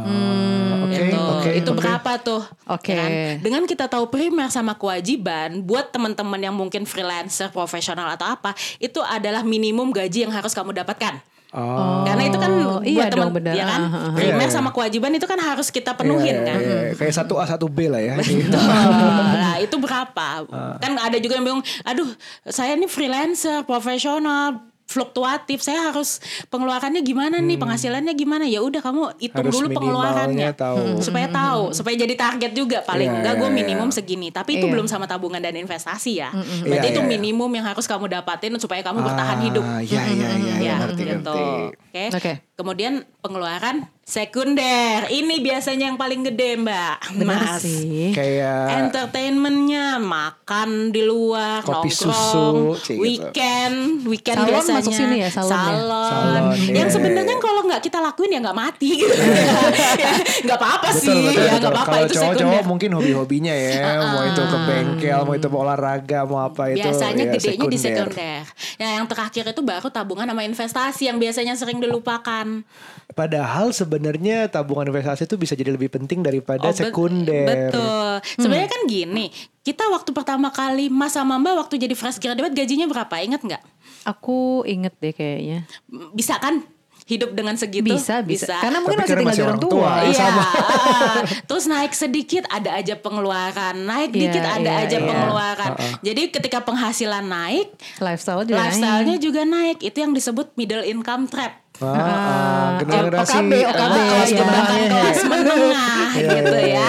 Itu berapa tuh? Kan? Dengan kita tahu primer sama kewajiban, buat teman-teman yang mungkin freelancer, profesional atau apa, itu adalah minimum gaji yang harus kamu dapatkan. Karena itu kan buat teman, ya kan? Primer sama kewajiban itu kan harus kita penuhin kan. Kayak 1A 1B lah ya. Nah, itu berapa? Kan ada juga yang bingung, aduh, saya ini freelancer, profesional, fluktuatif, saya harus pengeluarannya gimana nih, penghasilannya gimana? Ya udah kamu hitung harus dulu pengeluarannya supaya tahu, supaya jadi target juga paling enggak gue minimum segini. Tapi itu belum sama tabungan dan investasi ya. Berarti itu minimum yang harus kamu dapatin supaya kamu bertahan hidup. Ngerti. Oke. Kemudian pengeluaran sekunder. Ini biasanya yang paling gede, Mbak. Benar sih. Kayak entertainmentnya, makan di luar, kopi nongkrong, susu, weekend salon biasanya masuk sini ya, salon. Yang sebenarnya kalau nggak kita lakuin ya nggak mati gitu. Nggak apa-apa sih. Ya nggak apa-apa itu sekunder. Kalau cowok mungkin hobi-hobinya ya, mau itu ke bengkel, mau itu mau olahraga, mau apa itu. Biasanya gedenya di sekunder. Nah, yang terakhir itu baru tabungan sama investasi yang biasanya sering dilupakan. Padahal sebenarnya tabungan investasi itu bisa jadi lebih penting daripada sekunder. Betul. Sebenarnya kan gini, kita waktu pertama kali Mas sama Mbak waktu jadi fresh graduate gajinya berapa? Ingat nggak? Aku inget deh kayaknya. Bisa kan? Hidup dengan segitu bisa. Karena mungkin masih tinggal di orang tua. Iya. Terus naik sedikit ada aja pengeluaran, naik dikit ada aja pengeluaran. Jadi ketika penghasilan naik, lifestyle-nya juga naik. Itu yang disebut middle income trap. Generasi kelas menengah gitu ya.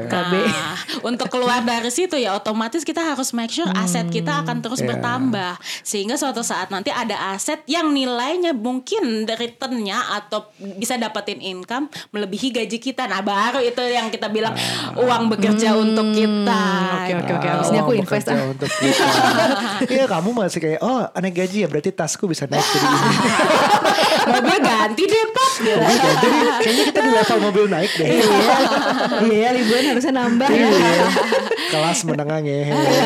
Untuk keluar dari situ ya otomatis kita harus make sure aset kita akan terus bertambah, sehingga suatu saat nanti ada aset yang nilainya mungkin returnnya atau bisa dapetin income melebihi gaji kita. Nah baru itu yang kita bilang uang bekerja untuk kita. Oke. Abis ini aku invest untuk kita. Iya kamu masih kayak naik gaji ya berarti tasku bisa naik jadi ini. Mobil ganti deh Pak. Kayaknya kita di level mobil naik deh. Iya liburan harusnya nambah ya. Kelas menengahnya.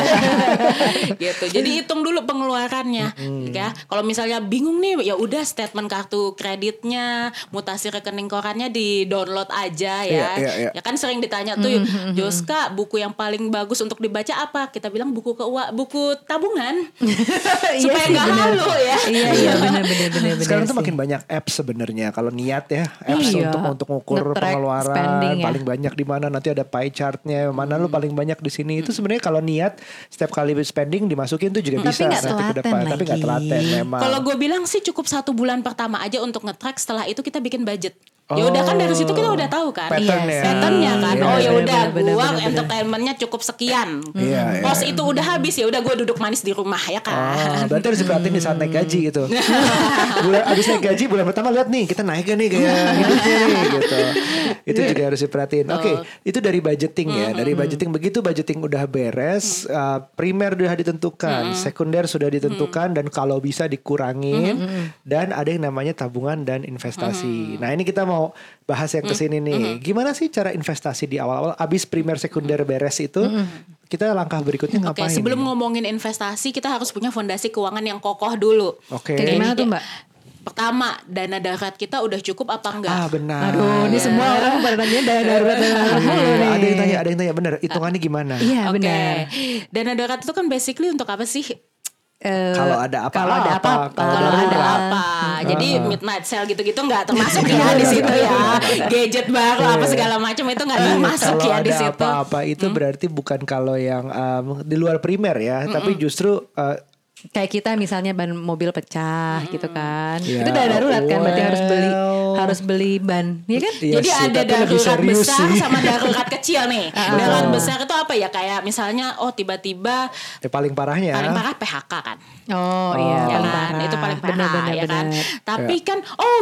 Gitu. Jadi hitung dulu pengeluarannya. Ya. Kalau misalnya bingung nih, ya udah statement kartu kreditnya, mutasi rekening korannya di download aja ya. Ya kan sering ditanya tuh, Joska buku yang paling bagus untuk dibaca apa? Kita bilang buku tabungan. Supaya nggak halu ya. Iya benar. Sekarang tuh makin banyak apps sebenarnya kalau niat ya, apps untuk ngukur pengeluaran paling banyak di mana, nanti ada pie chartnya mana lu paling banyak di sini. Itu sebenarnya kalau niat setiap kali spending dimasukin tuh juga bisa nanti ke depan. Tapi nggak telaten memang. Kalau gue bilang sih cukup 1 bulan pertama aja untuk nge-track, setelah itu kita bikin budget. Ya udah kan dari situ kita udah tahu kan patternnya kan. Ya udah gua entertainmentnya cukup sekian. Pos itu udah habis, ya udah gua duduk manis di rumah ya kan. Berarti harus diperhatiin di saat naik gaji gitu. Abis naik gaji bulan pertama lihat nih kita naik gak nih kayak hidupnya nih gitu. Itu juga harus diperhatiin. Oke, itu dari budgeting ya. Dari budgeting, begitu budgeting udah beres, primer udah ditentukan, sekunder sudah ditentukan dan kalau bisa dikurangin, dan ada yang namanya tabungan dan investasi. Nah ini kita mau mau bahas yang kesini nih. Gimana sih cara investasi di awal-awal abis primer sekunder beres itu? Kita langkah berikutnya ngapain? Oke, sebelum ngomongin investasi kita harus punya fondasi keuangan yang kokoh dulu. Oke. Kayak gimana tuh, Mbak? Pertama, dana darurat kita udah cukup apa enggak? Benar. Aduh, ini semua orang pada nanya dana darurat mulu nih. Ada yang tanya benar. Hitungannya gimana? Iya, Oke. benar. Dana darurat itu kan basically untuk apa sih? Kalau ada apa-apa. kalau ada apa-apa. Kalau ada apa, jadi midnight sale gitu-gitu nggak termasuk ya di situ ya. Gadget baru apa segala macam itu nggak termasuk ya di situ. Kalau ada apa-apa itu berarti bukan kalau yang di luar primer ya, tapi justru Kayak kita misalnya ban mobil pecah gitu kan. Ya, Itu dana darurat kan, berarti well. harus beli ban, ya kan? Iya Jadi sih, ada tapi lebih darurat serius besar sih. sama darurat kecil nih. Darurat besar itu apa ya? Kayak misalnya tiba-tiba paling parahnya. paling parah PHK kan. Oh iya, Ya paling kan? parah. Itu paling parah Benar, ya kan. benar. Tapi kan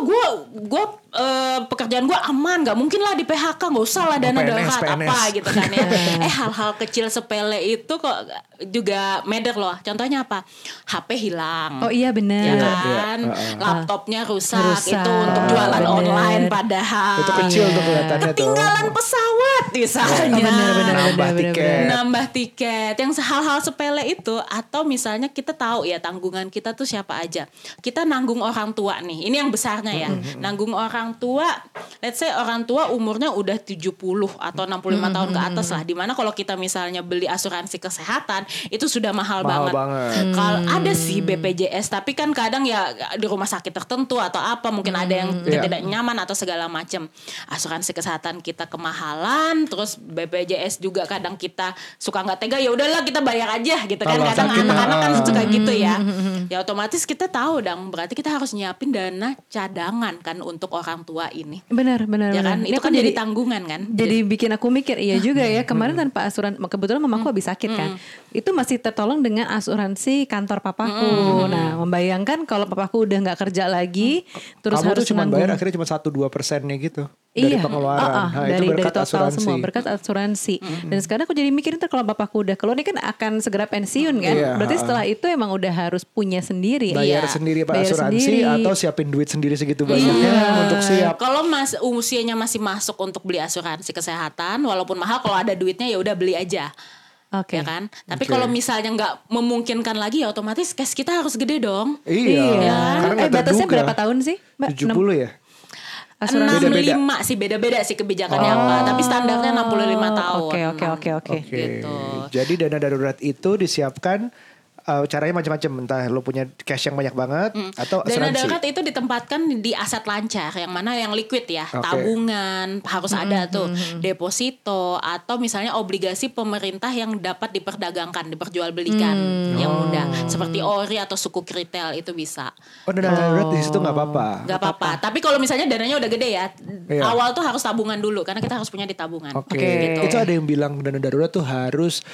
gue pekerjaan gue aman, nggak mungkin lah di PHK, nggak usah lah dana PNS, darurat PNS. apa gitu kan ya. Hal-hal kecil sepele itu kok juga matter loh. Contohnya apa? HP hilang. Oh iya benar. Ya kan, laptopnya rusak, Rusak. itu untuk jualan Bener. online padahal. Itu kecil tuh kelihatannya tuh. Ketinggalan pesawat misalnya. bener. Nambah bener, tiket. Nambah tiket, yang hal-hal sepele itu. Atau misalnya kita tahu ya tanggungan kita tuh siapa aja. Kita nanggung orang tua nih, ini yang besarnya ya. Nanggung orang tua, let's say orang tua umurnya udah 70 atau 65 tahun ke atas lah. Dimana kalau kita misalnya beli asuransi kesehatan itu sudah mahal banget. Kalau ada sih BPJS, tapi kan kadang ya di rumah sakit tertentu atau apa mungkin ada yang tidak nyaman atau segala macam. Asuransi kesehatan kita kemahalan, terus BPJS juga kadang kita suka nggak tega, ya udahlah kita bayar aja gitu kan. Kalau Kadang sakit, anak-anak kan suka gitu ya. Ya otomatis kita tahu dong, berarti kita harus nyiapin dana cadangan kan untuk orang tua ini. Benar. Ya kan, Ini itu aku kan jadi tanggungan kan. Jadi bikin aku mikir, iya juga ya. Kemarin tanpa asuransi, kebetulan mamaku habis sakit kan. Itu masih tertolong dengan asuransi kantor papaku. Nah, membayangkan kalau papaku udah nggak kerja lagi, terus Kamu harus tuh cuma nanggung. bayar akhirnya cuma 1-2%-nya gitu dari pengeluaran. Nah, itu dari berkat total asuransi. semua, berkat asuransi. Dan sekarang aku jadi mikirin ntar kalau bapakku udah keluar, ini kan akan segera pensiun kan. Iya, Berarti setelah itu emang udah harus punya sendiri. Bayar Iya. sendiri Pak Bayar asuransi sendiri. atau siapin duit sendiri segitu banyaknya untuk siap. Kalau usianya masih masuk untuk beli asuransi kesehatan, walaupun mahal, kalau ada duitnya ya udah beli aja. Oke. Ya kan? Tapi Oke. kalau misalnya nggak memungkinkan lagi, ya otomatis cash kita harus gede dong. Iya, karena nggak batasnya terduga. berapa tahun sih, Mbak? 70 ya? Asuransi. 65 sih, beda-beda sih kebijakannya apa. Tapi standarnya 65 tahun. Oke. Gitu. Jadi dana darurat itu disiapkan caranya macam-macam, entah lo punya cash yang banyak banget atau Dana asuransi. darurat itu ditempatkan di aset lancar, yang mana yang liquid ya, Oke. tabungan harus ada tuh, deposito atau misalnya obligasi pemerintah yang dapat diperdagangkan, diperjualbelikan, yang mudah, seperti ori atau sukuk retail itu bisa. Oh, dana darurat di situ nggak apa-apa. Gak apa-apa. Tapi kalau misalnya dananya udah gede ya, Iya. awal tuh harus tabungan dulu karena kita harus punya di tabungan. Oke. Gitu. Itu ada yang bilang dana darurat tuh harus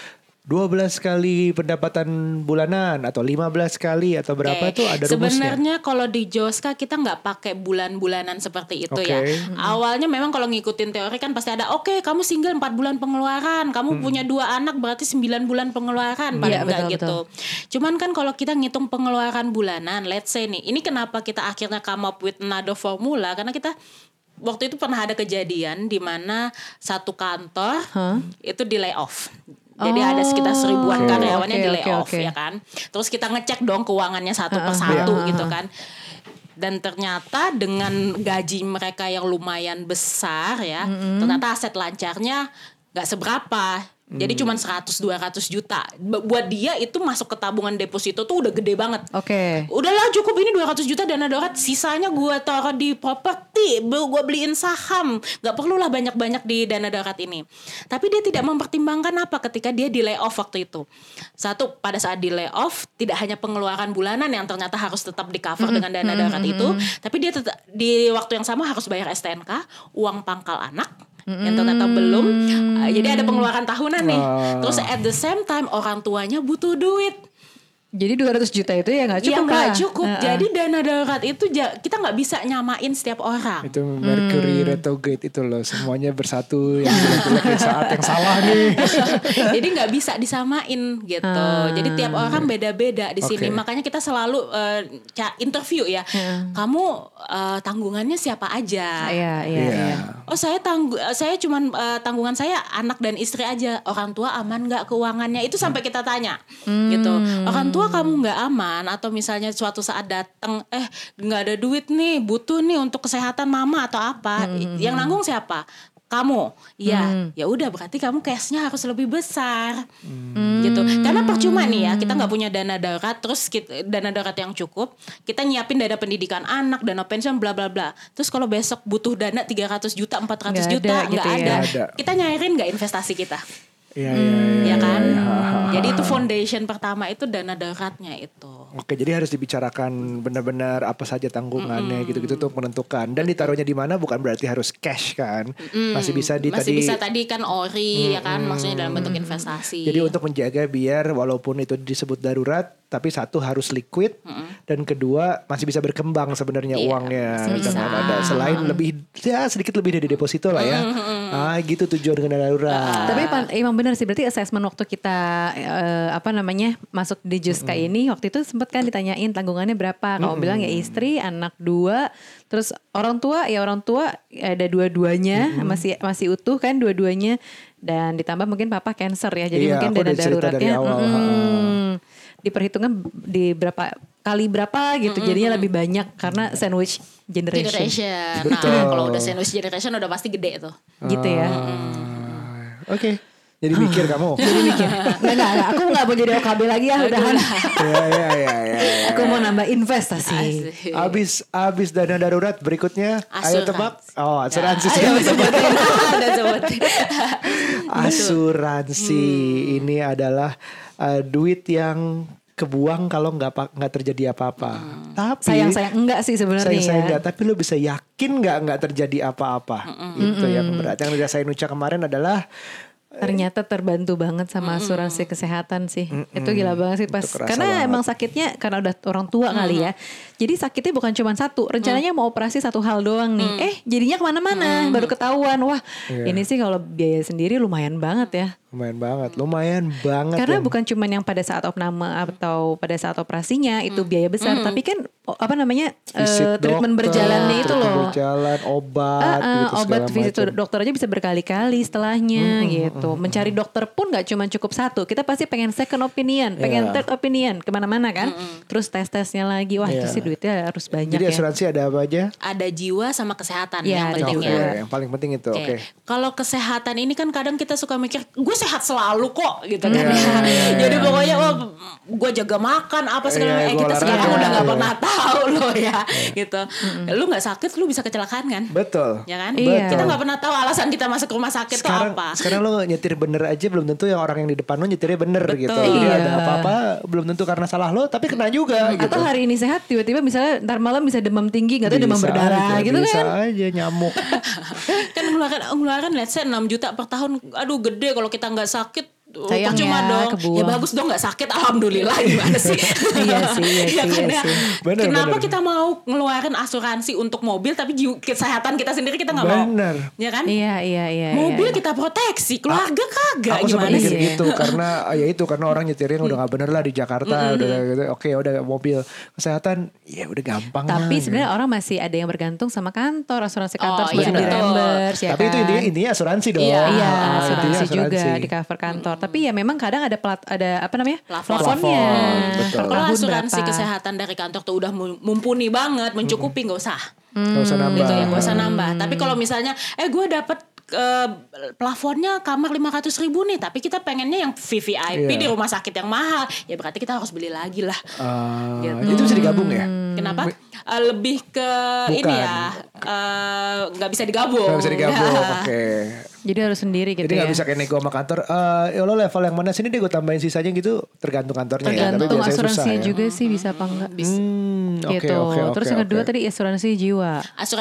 12 kali pendapatan bulanan atau 15 kali atau berapa Oke. tuh ada rumusnya. Sebenarnya kalau di Joska kita nggak pakai bulan-bulanan seperti itu ya. Oke. Awalnya memang kalau ngikutin teori kan pasti ada, oke, kamu single 4 bulan pengeluaran, kamu punya 2 anak berarti 9 bulan pengeluaran, paling Iya, enggak betul, gitu. Cuman kan kalau kita ngitung pengeluaran bulanan, let's say nih, ini kenapa kita akhirnya come up with another formula, karena kita waktu itu pernah ada kejadian di mana satu kantor itu di layoff. Jadi ada sekitar 1000-an karyawannya di layoff ya kan. Terus kita ngecek dong keuangannya satu persatu gitu kan. Dan ternyata dengan gaji mereka yang lumayan besar ya, ternyata aset lancarnya nggak seberapa. Jadi cuma 100-200 juta. Buat dia itu masuk ke tabungan deposito tuh udah gede banget. Oke. Udahlah cukup ini 200 juta dana darurat, sisanya gue taruh di properti, gue beliin saham. Gak perlulah banyak-banyak di dana darurat ini. Tapi dia tidak mempertimbangkan apa ketika dia di layoff waktu itu. Satu, pada saat di layoff tidak hanya pengeluaran bulanan yang ternyata harus tetap di cover dengan dana darurat itu, tapi dia tetap di waktu yang sama harus bayar STNK, uang pangkal anak yang ternyata belum. Jadi ada pengeluaran tahunan nih. Terus at the same time orang tuanya butuh duit. Jadi 200 juta itu ya nggak cukup Yang nggak lah. cukup. Jadi dana darurat itu kita nggak bisa nyamain setiap orang. Itu Mercury retrograde itu loh, semuanya bersatu yang jelek-jelek di saat yang salah nih. Jadi nggak bisa disamain gitu. Jadi tiap orang beda-beda di sini. Oke. Makanya kita selalu interview ya. Kamu tanggungannya siapa aja? Iya. Oh saya cuman tanggungan saya anak dan istri aja. Orang tua aman nggak keuangannya? Itu sampai kita tanya gitu. Orang tua kamu nggak aman atau misalnya suatu saat datang nggak ada duit nih, butuh nih untuk kesehatan mama atau apa, yang nanggung siapa? Kamu, ya udah berarti kamu cashnya harus lebih besar, gitu. Karena percuma nih ya, kita nggak punya dana darurat, terus dana darurat yang cukup, kita nyiapin dana pendidikan anak, dana pensiun, bla bla bla. Terus kalau besok butuh dana 300 juta, 400 juta, nggak gitu ada. ya. Kita nyairin nggak investasi kita? Iya, Ya kan? Jadi itu foundation pertama itu dana daruratnya itu. Oke, jadi harus dibicarakan benar-benar apa saja tanggungannya gitu-gitu untuk menentukan. Dan ditaruhnya di mana bukan berarti harus cash kan. Masih bisa tadi kan ori ya kan, maksudnya dalam bentuk investasi. Jadi untuk menjaga biar walaupun itu disebut darurat, tapi satu harus liquid dan kedua masih bisa berkembang sebenarnya uangnya dengan ada selain sedikit lebih dari deposito lah ya. Gitu tujuan dengan darurat. Tapi emang benar sih, berarti assessment waktu kita masuk di Juska ini waktu itu sempat kan ditanyain tanggungannya berapa. Kamu bilang ya istri, anak 2, terus orang tua ada dua-duanya, masih utuh kan dua-duanya, dan ditambah mungkin papa cancer ya. Jadi mungkin dana daruratnya diperhitungkan di kali berapa gitu. Jadinya lebih banyak karena sandwich generation. Nah, kalau udah sandwich generation udah pasti gede tuh. Gitu ya. Oke. Jadi mikir kamu. Jadi mikir. Enggak, aku gak mau jadi OKB lagi ya, udahan. Iya. Aku mau nambah investasi. Abis dana darurat berikutnya, ayo tebak. Oh, asuransi. Asuransi ini adalah duit yang kebuang kalau nggak terjadi apa-apa. Tapi sayang enggak sih sebenarnya. Sayang enggak, tapi lo bisa yakin nggak terjadi apa-apa. Itu yang berat. Yang dirasain Nucha kemarin adalah ternyata terbantu banget sama asuransi kesehatan sih. Itu gila banget sih pas. Karena emang sakitnya karena udah orang tua kali ya. Jadi sakitnya bukan cuma satu. Rencananya mau operasi satu hal doang nih. Jadinya kemana-mana. Baru ketahuan. Wah ini sih kalau biaya sendiri lumayan banget ya. Lumayan banget. Karena bukan cuma yang pada saat opname atau pada saat operasinya itu biaya besar. Tapi kan treatment berjalannya itu loh. Berjalan, obat gitu, obat visit macam. dokter aja bisa berkali-kali setelahnya gitu. Mencari dokter pun gak cuma cukup satu. Kita pasti pengen second opinion, pengen third opinion, kemana-mana kan. Terus tes-tesnya lagi. Wah itu sih duitnya harus banyak. Jadi ya. asuransi ada apa aja? Ada jiwa sama kesehatan Ya, yang pentingnya. Yang paling penting itu. Oke. Kalau kesehatan ini kan kadang kita suka mikir, gue sehat selalu kok gitu kan. Jadi pokoknya gue jaga makan apa segala macam. Kita sekarang udah gak pernah tahu loh ya gitu. Lu gak sakit, lu bisa kecelakaan kan? Betul. Ya kan? Iya. Kita gak pernah tahu alasan kita masuk rumah sakit tuh apa. Sekarang lo nyetir bener aja belum tentu yang orang yang di depan lo nyetirnya bener gitu. Betul. Jadi Iya. ada apa-apa belum tentu karena salah lo tapi kena juga gitu. Atau hari ini sehat tiba-tiba misalnya ntar malam bisa demam tinggi, gak tahu demam berdarah gitu bisa kan. aja nyamuk. Kan ngeluarin let's say 6 juta per tahun. Aduh gede kalau kita gak sakit. Sayang percuma ya, dong. kebuang. Ya bagus dong gak sakit, alhamdulillah. Gimana sih? Iya sih. Bener, Kenapa bener. kita mau ngeluarin asuransi untuk mobil tapi kesehatan kita sendiri kita gak mau? Bener. Ya kan? Iya. Mobil kita proteksi, keluarga kagak. Aku sempat Gimana mikir sih? gitu karena karena orang nyetirnya udah gak bener lah di Jakarta udah gitu. Oke, udah mobil kesehatan ya udah gampang lah. Tapi sebenarnya orang masih ada yang bergantung sama kantor, asuransi kantor Oh, masih iya, di betul. reimburse ya Tapi kan. itu intinya asuransi dong. Iya, Iya, Intinya asuransi juga di cover kantor. Tapi ya memang kadang ada apa namanya? Plafon. Plafonnya. Betul. Per Kalau tahun asuransi berapa. kesehatan dari kantor tuh udah mumpuni banget, mencukupi, nggak usah. Gak usah nambah. Gitu ya, nggak usah nambah. Tapi kalau misalnya, gue dapet plafonnya kamar 500.000 nih, tapi kita pengennya yang VVIP di rumah sakit yang mahal, ya berarti kita harus beli lagi lah. Gitu. Itu bisa digabung ya? Kenapa? Lebih ke Bukan. ini ya, nggak bisa digabung. Gak bisa digabung. Ya. Oke. Jadi harus sendiri gitu Jadi ya. gak bisa kayak nego sama kantor. Lo level yang mana sini deh gue tambahin sisanya gitu. Tergantung kantornya ya. Tapi Tergantung biasanya susah asuransinya ya. juga sih bisa apa enggak. Oke, Gitu. oke. Terus yang kedua tadi asuransi jiwa.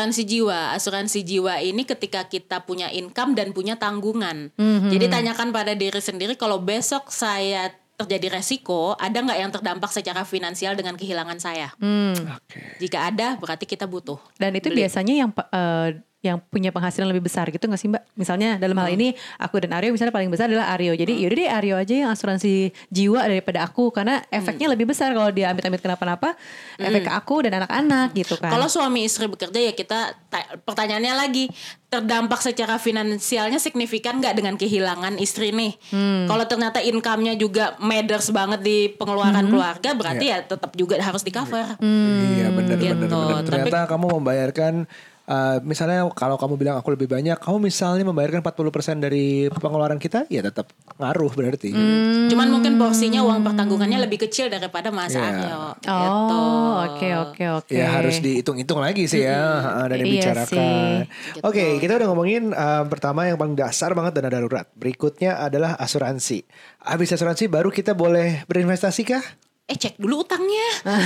Asuransi jiwa ini ketika kita punya income dan punya tanggungan. Jadi tanyakan pada diri sendiri, kalau besok saya terjadi resiko, ada nggak yang terdampak secara finansial dengan kehilangan saya? Oke. Jika ada, berarti kita butuh. Dan itu beli. biasanya yang punya penghasilan lebih besar gitu gak sih Mbak? Misalnya dalam hal ini aku dan Aryo misalnya paling besar adalah Aryo. Jadi yaudah deh Aryo aja yang asuransi jiwa daripada aku. Karena efeknya lebih besar kalau dia amit-amit kenapa-napa. Efek ke aku dan anak-anak gitu kan. Kalau suami istri bekerja ya kita pertanyaannya lagi, terdampak secara finansialnya signifikan nggak dengan kehilangan istri nih? Kalau ternyata income-nya juga matters banget di pengeluaran keluarga, berarti ya tetap juga harus di cover. Iya benar. Gitu. Ternyata kamu membayarkan misalnya kalau kamu bilang aku lebih banyak, kamu misalnya membayarkan 40% dari pengeluaran kita, ya tetap ngaruh berarti. Cuman mungkin porsinya uang pertanggungannya lebih kecil daripada Mas Aryo. Gitu. Oke. Ya harus dihitung-hitung lagi sih ya dan Iya dibicarakan. sih. Oke, kita udah ngomongin pertama yang paling dasar banget dana darurat. Berikutnya adalah asuransi. Habis asuransi baru kita boleh berinvestasi kah? Cek dulu utangnya.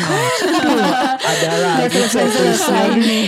Adalah selesai nih.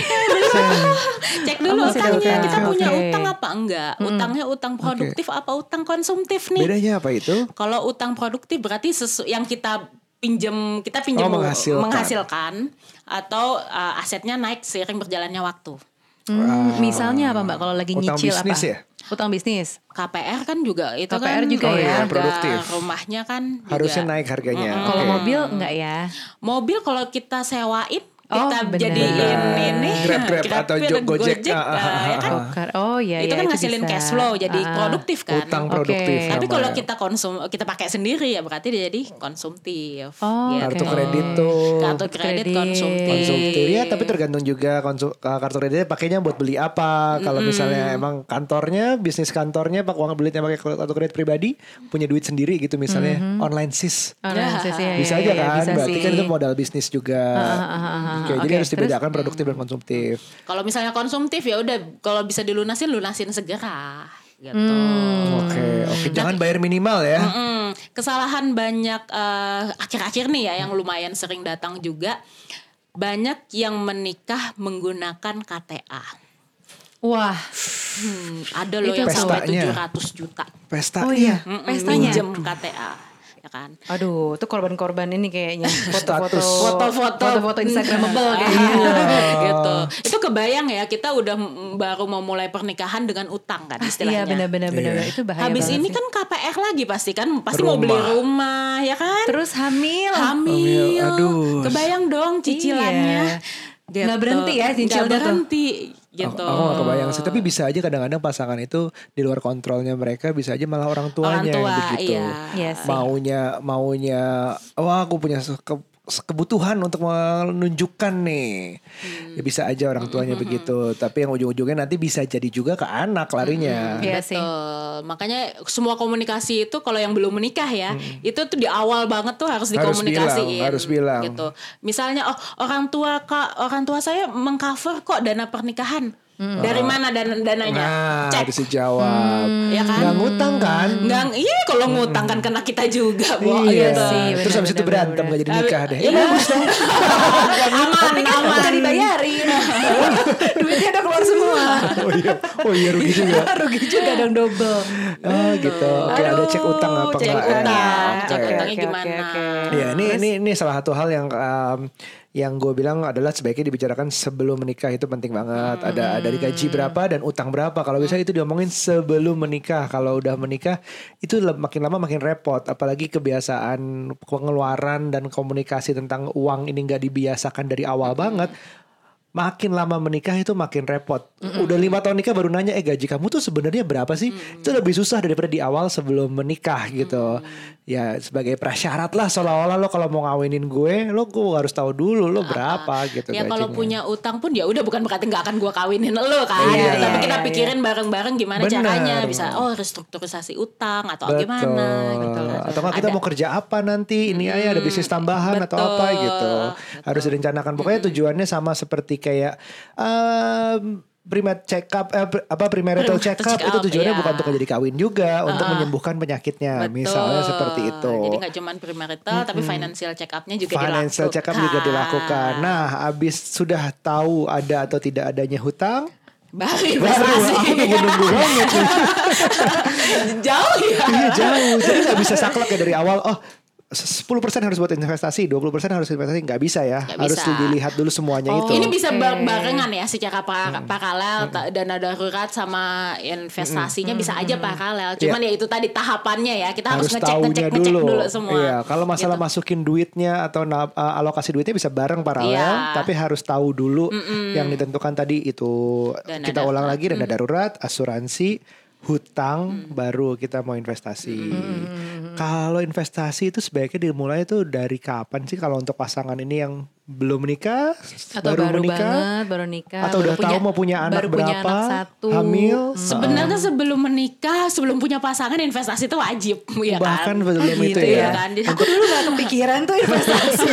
Cek dulu masih ada utangnya. utang. Kita punya Oke. utang apa enggak? Utangnya utang produktif apa utang konsumtif nih? Bedanya apa itu? Kalau utang produktif berarti yang kita pinjam menghasilkan atau asetnya naik seiring berjalannya waktu. Misalnya apa Mbak kalau lagi Utang nyicil bisnis apa? ya? Utang bisnis. KPR kan juga itu KPR kan juga ya, harga produktif. rumahnya kan juga. Harusnya naik harganya. Kalau Oke. mobil enggak ya? Mobil kalau kita sewain Oh, kita benar. jadiin ini Grab atau Gojek. ya kan? Oh iya itu iya, kan ngasilin bisa. cash flow jadi produktif kan. Utang Oke. produktif. Tapi namanya. kalau kita pakai sendiri ya berarti dia jadi konsumtif. Oh, gitu. Kartu kredit tuh. Kartu kredit Kredit. Konsumtif ya, tapi tergantung juga kartu kreditnya pakainya buat beli apa. Kalau misalnya emang kantornya, bisnis kantornya pakai uang belitnya pakai kartu kredit pribadi, punya duit sendiri gitu misalnya online sis. Bisa aja kan, berarti kan itu modal bisnis juga. Oke, jadi Oke, harus dibedakan produktif dan konsumtif. Kalau misalnya konsumtif ya udah kalau bisa lunasin segera gitu. Oke, jangan bayar minimal ya. Kesalahan banyak akhir-akhir nih ya yang lumayan sering datang juga, banyak yang menikah menggunakan KTA. Wah, Ada loh Itu yang sampai pestanya. 700 juta. Pesta. oh iya, pestanya. Pinjem KTA. Ya kan? Aduh, itu korban-korban ini kayaknya foto-foto Foto-foto Instagramable kayaknya. Gitu. Itu kebayang ya kita udah baru mau mulai pernikahan dengan utang kan istilahnya. Iya benar-benar itu bahaya Habis banget ini sih. kan KPR lagi pasti mau beli rumah ya kan? Terus hamil. Hamil, aduh. Kebayang dong cicilannya. Gitu. Nggak berhenti ya cicil Nggak tuh. berhenti gitu. Aku gak kebayang sih, tapi bisa aja kadang-kadang pasangan itu di luar kontrolnya mereka, bisa aja malah orang tuanya yang begitu. Iya sih. Maunya wah aku punya kebutuhan untuk menunjukkan nih. Ya bisa aja orang tuanya begitu, tapi yang ujung-ujungnya nanti bisa jadi juga ke anak larinya. Iya sih. Betul. Makanya semua komunikasi itu kalau yang belum menikah ya, itu tuh di awal banget tuh harus dikomunikasiin. Harus bilang. Gitu. Misalnya orang tua saya mengcover kok dana pernikahan. Dari mana dananya? Nah, Cek. harus dijawab. Ya kan? Nggak ngutang kan? Iya kalau ngutang kan kena kita juga, Bo. Iya Gitu. sih. Terus habis itu benar, berantem gak jadi nikah deh. Iya. Bagus dong. aman. Udah dibayarin. Duitnya udah keluar semua. Oh iya rugi juga. Rugi juga dong double. Oh gitu. Oke, ada cek utang apa Cek enggak ya? utang. Cek Oke. utangnya gimana? Iya, ini salah satu hal yang gue bilang adalah sebaiknya dibicarakan sebelum menikah, itu penting banget. Ada dari gaji berapa dan utang berapa. Kalau bisa itu diomongin sebelum menikah. Kalau udah menikah itu makin lama makin repot. Apalagi kebiasaan pengeluaran dan komunikasi tentang uang ini nggak dibiasakan dari awal banget. Makin lama menikah itu makin repot. Udah 5 tahun nikah baru nanya, gaji kamu tuh sebenarnya berapa sih? Itu lebih susah daripada di awal sebelum menikah gitu. Ya sebagai prasyarat lah, seolah-olah lo kalau mau ngawinin gue harus tahu dulu lo berapa gitu Ya gajinya. kalau punya utang pun ya udah bukan berarti nggak akan gue kawinin lo kan. Iya, Tapi kita iya, pikirin bareng-bareng gimana Benar. caranya bisa restrukturisasi utang atau gimana gitu. Atau nggak kita mau kerja apa nanti, ini ada bisnis tambahan atau betul, apa gitu. Harus direncanakan. Pokoknya tujuannya sama seperti kayak premarital check up itu tujuannya iya. bukan untuk jadi kawin juga, untuk menyembuhkan penyakitnya. Betul. Misalnya seperti itu. Jadi nggak cuma premarital tapi financial check up-nya juga Financial check up juga dilakukan. Nah, habis sudah tahu ada atau tidak adanya hutang, Baru investasi. Aku nunggu banget. Jauh ya. Iya jauh. Jadi gak bisa saklek ya dari awal. Oh 10% harus buat investasi, 20% harus investasi. Gak bisa ya. Gak Harus bisa. dilihat dulu semuanya itu. Ini bisa barengan ya secara paralel, dana darurat sama investasinya bisa aja paralel. Cuman ya itu tadi tahapannya ya, kita harus ngecek dulu semua. Iya, kalau masalah masukin duitnya atau alokasi duitnya bisa bareng paralel, tapi harus tahu dulu yang ditentukan tadi itu. Kita ulang lagi, dana darurat, asuransi, hutang, baru kita mau investasi. Kalau investasi itu sebaiknya dimulai tuh dari kapan sih kalau untuk pasangan ini yang belum menikah atau baru menikah, baru nikah, atau udah tahu mau punya anak berapa, punya anak 1, hamil. Sebenarnya sebelum menikah, sebelum punya pasangan, investasi itu wajib, ya kan? Bahkan sebelum gitu itu ya. Kan? Aku dulu gak kepikiran tuh investasi.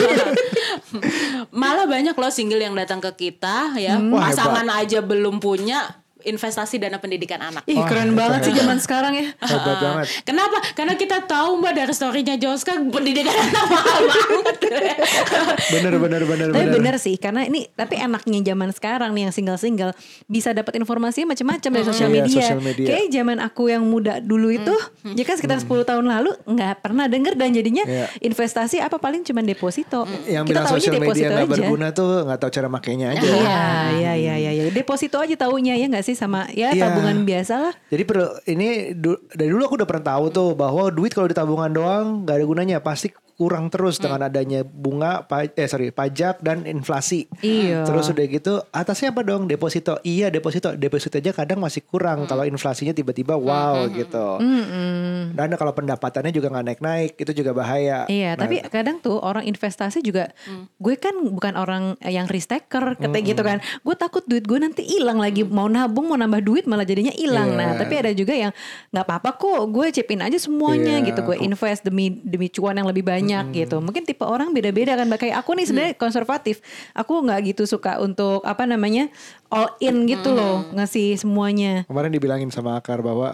Malah banyak loh single yang datang ke kita ya, pasangan aja belum punya, investasi dana pendidikan anak. Ih keren banget sih zaman sekarang ya. Hebat banget. Kenapa? Karena kita tahu Mbak dari story-nya Joska, pendidikan anak mahal banget. Bener. Tapi bener sih, karena ini tapi enaknya zaman sekarang nih yang single bisa dapat informasi macam-macam dari sosial Iya, media. sosial media. Kayak zaman aku yang muda dulu itu, ya kan sekitar 10 tahun lalu nggak pernah denger dan jadinya investasi apa paling cuma deposito. Yang Kita bilang taunya sosial media deposito nggak aja. berguna tuh nggak tahu cara makainya aja. Iya. Deposito aja taunya ya nggak sih sama ya tabungan biasa lah. Jadi dari dulu aku udah pernah tahu tuh bahwa duit kalau di tabungan doang nggak ada gunanya, pasti kurang terus dengan adanya bunga pajak dan inflasi. Iya. Terus udah gitu atasnya apa dong? Deposito. Iya deposito aja kadang masih kurang kalau inflasinya tiba-tiba wow gitu. Dan kalau pendapatannya juga nggak naik-naik itu juga bahaya. Iya, tapi kadang tuh orang investasi juga, gue kan bukan orang yang risk taker kayak gitu kan. Gue takut duit gue nanti hilang lagi, mau nabung mau nambah duit malah jadinya hilang. Nah, tapi ada juga yang nggak apa-apa kok, gue chipin aja semuanya gitu, gue invest demi cuan yang lebih banyak gitu. Mungkin tipe orang beda-beda kan. Kayak aku nih sebenarnya konservatif. Aku nggak gitu suka untuk all in gitu loh, ngasih semuanya. Kemarin dibilangin sama Akar bahwa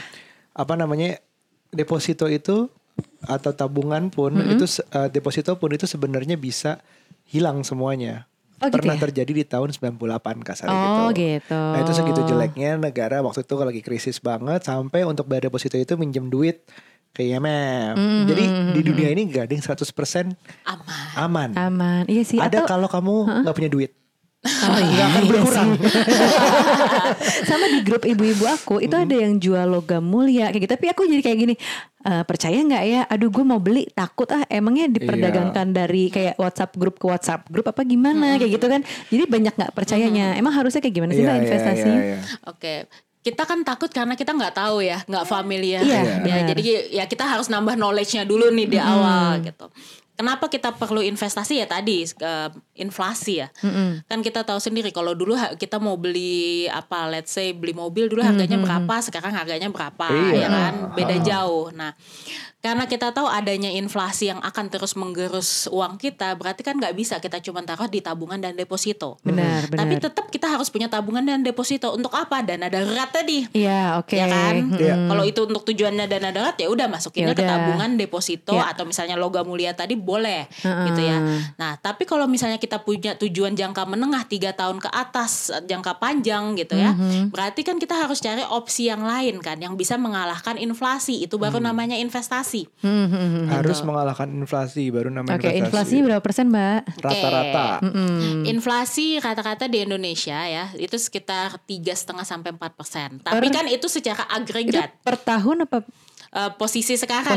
deposito itu atau tabungan pun itu deposito pun itu sebenarnya bisa hilang semuanya. Pernah terjadi di tahun 98 kasarnya gitu. Nah itu segitu jeleknya negara waktu itu lagi krisis banget, sampai untuk bayar deposito itu minjem duit ke IMF. Jadi di dunia ini gak ada yang 100% aman. Iya sih. Ada kalau kamu gak punya duit. Gak akan berkurang. Sama di grup ibu-ibu aku itu ada yang jual logam mulia kayak gitu. Tapi aku jadi kayak gini, percaya nggak ya? Aduh gue mau beli, takut emangnya diperdagangkan dari kayak WhatsApp grup ke WhatsApp grup apa gimana kayak gitu kan. Jadi banyak nggak percayanya. Emang harusnya kayak gimana sih Mbak investasi? Oke. Kita kan takut karena kita nggak tahu ya, nggak familiar. Iya, jadi ya kita harus nambah knowledge-nya dulu nih di awal gitu. Kenapa kita perlu investasi ya tadi inflasi ya. Kan kita tahu sendiri kalau dulu kita mau beli let's say beli mobil dulu harganya berapa, sekarang harganya berapa ya kan, beda jauh. Nah, karena kita tahu adanya inflasi yang akan terus menggerus uang kita, berarti kan nggak bisa kita cuma taruh di tabungan dan deposito. Benar. Tapi tetap kita harus punya tabungan dan deposito untuk apa? Dana darurat tadi. Iya, oke. Ya kan? Kalau itu untuk tujuannya dana darurat ya udah masukinnya ke tabungan, deposito atau misalnya logam mulia tadi boleh gitu ya. Nah, tapi kalau misalnya kita punya tujuan jangka menengah 3 tahun ke atas, jangka panjang gitu ya. Berarti kan kita harus cari opsi yang lain kan yang bisa mengalahkan inflasi. Itu baru namanya investasi. Harus mengalahkan inflasi baru namanya investasi. Oke, inflasinya berapa persen Mbak? Rata-rata. Inflasi rata-rata di Indonesia ya itu sekitar 3,5 sampai 4%. Tapi kan itu secara agregat. Itu per tahun apa? Posisi sekarang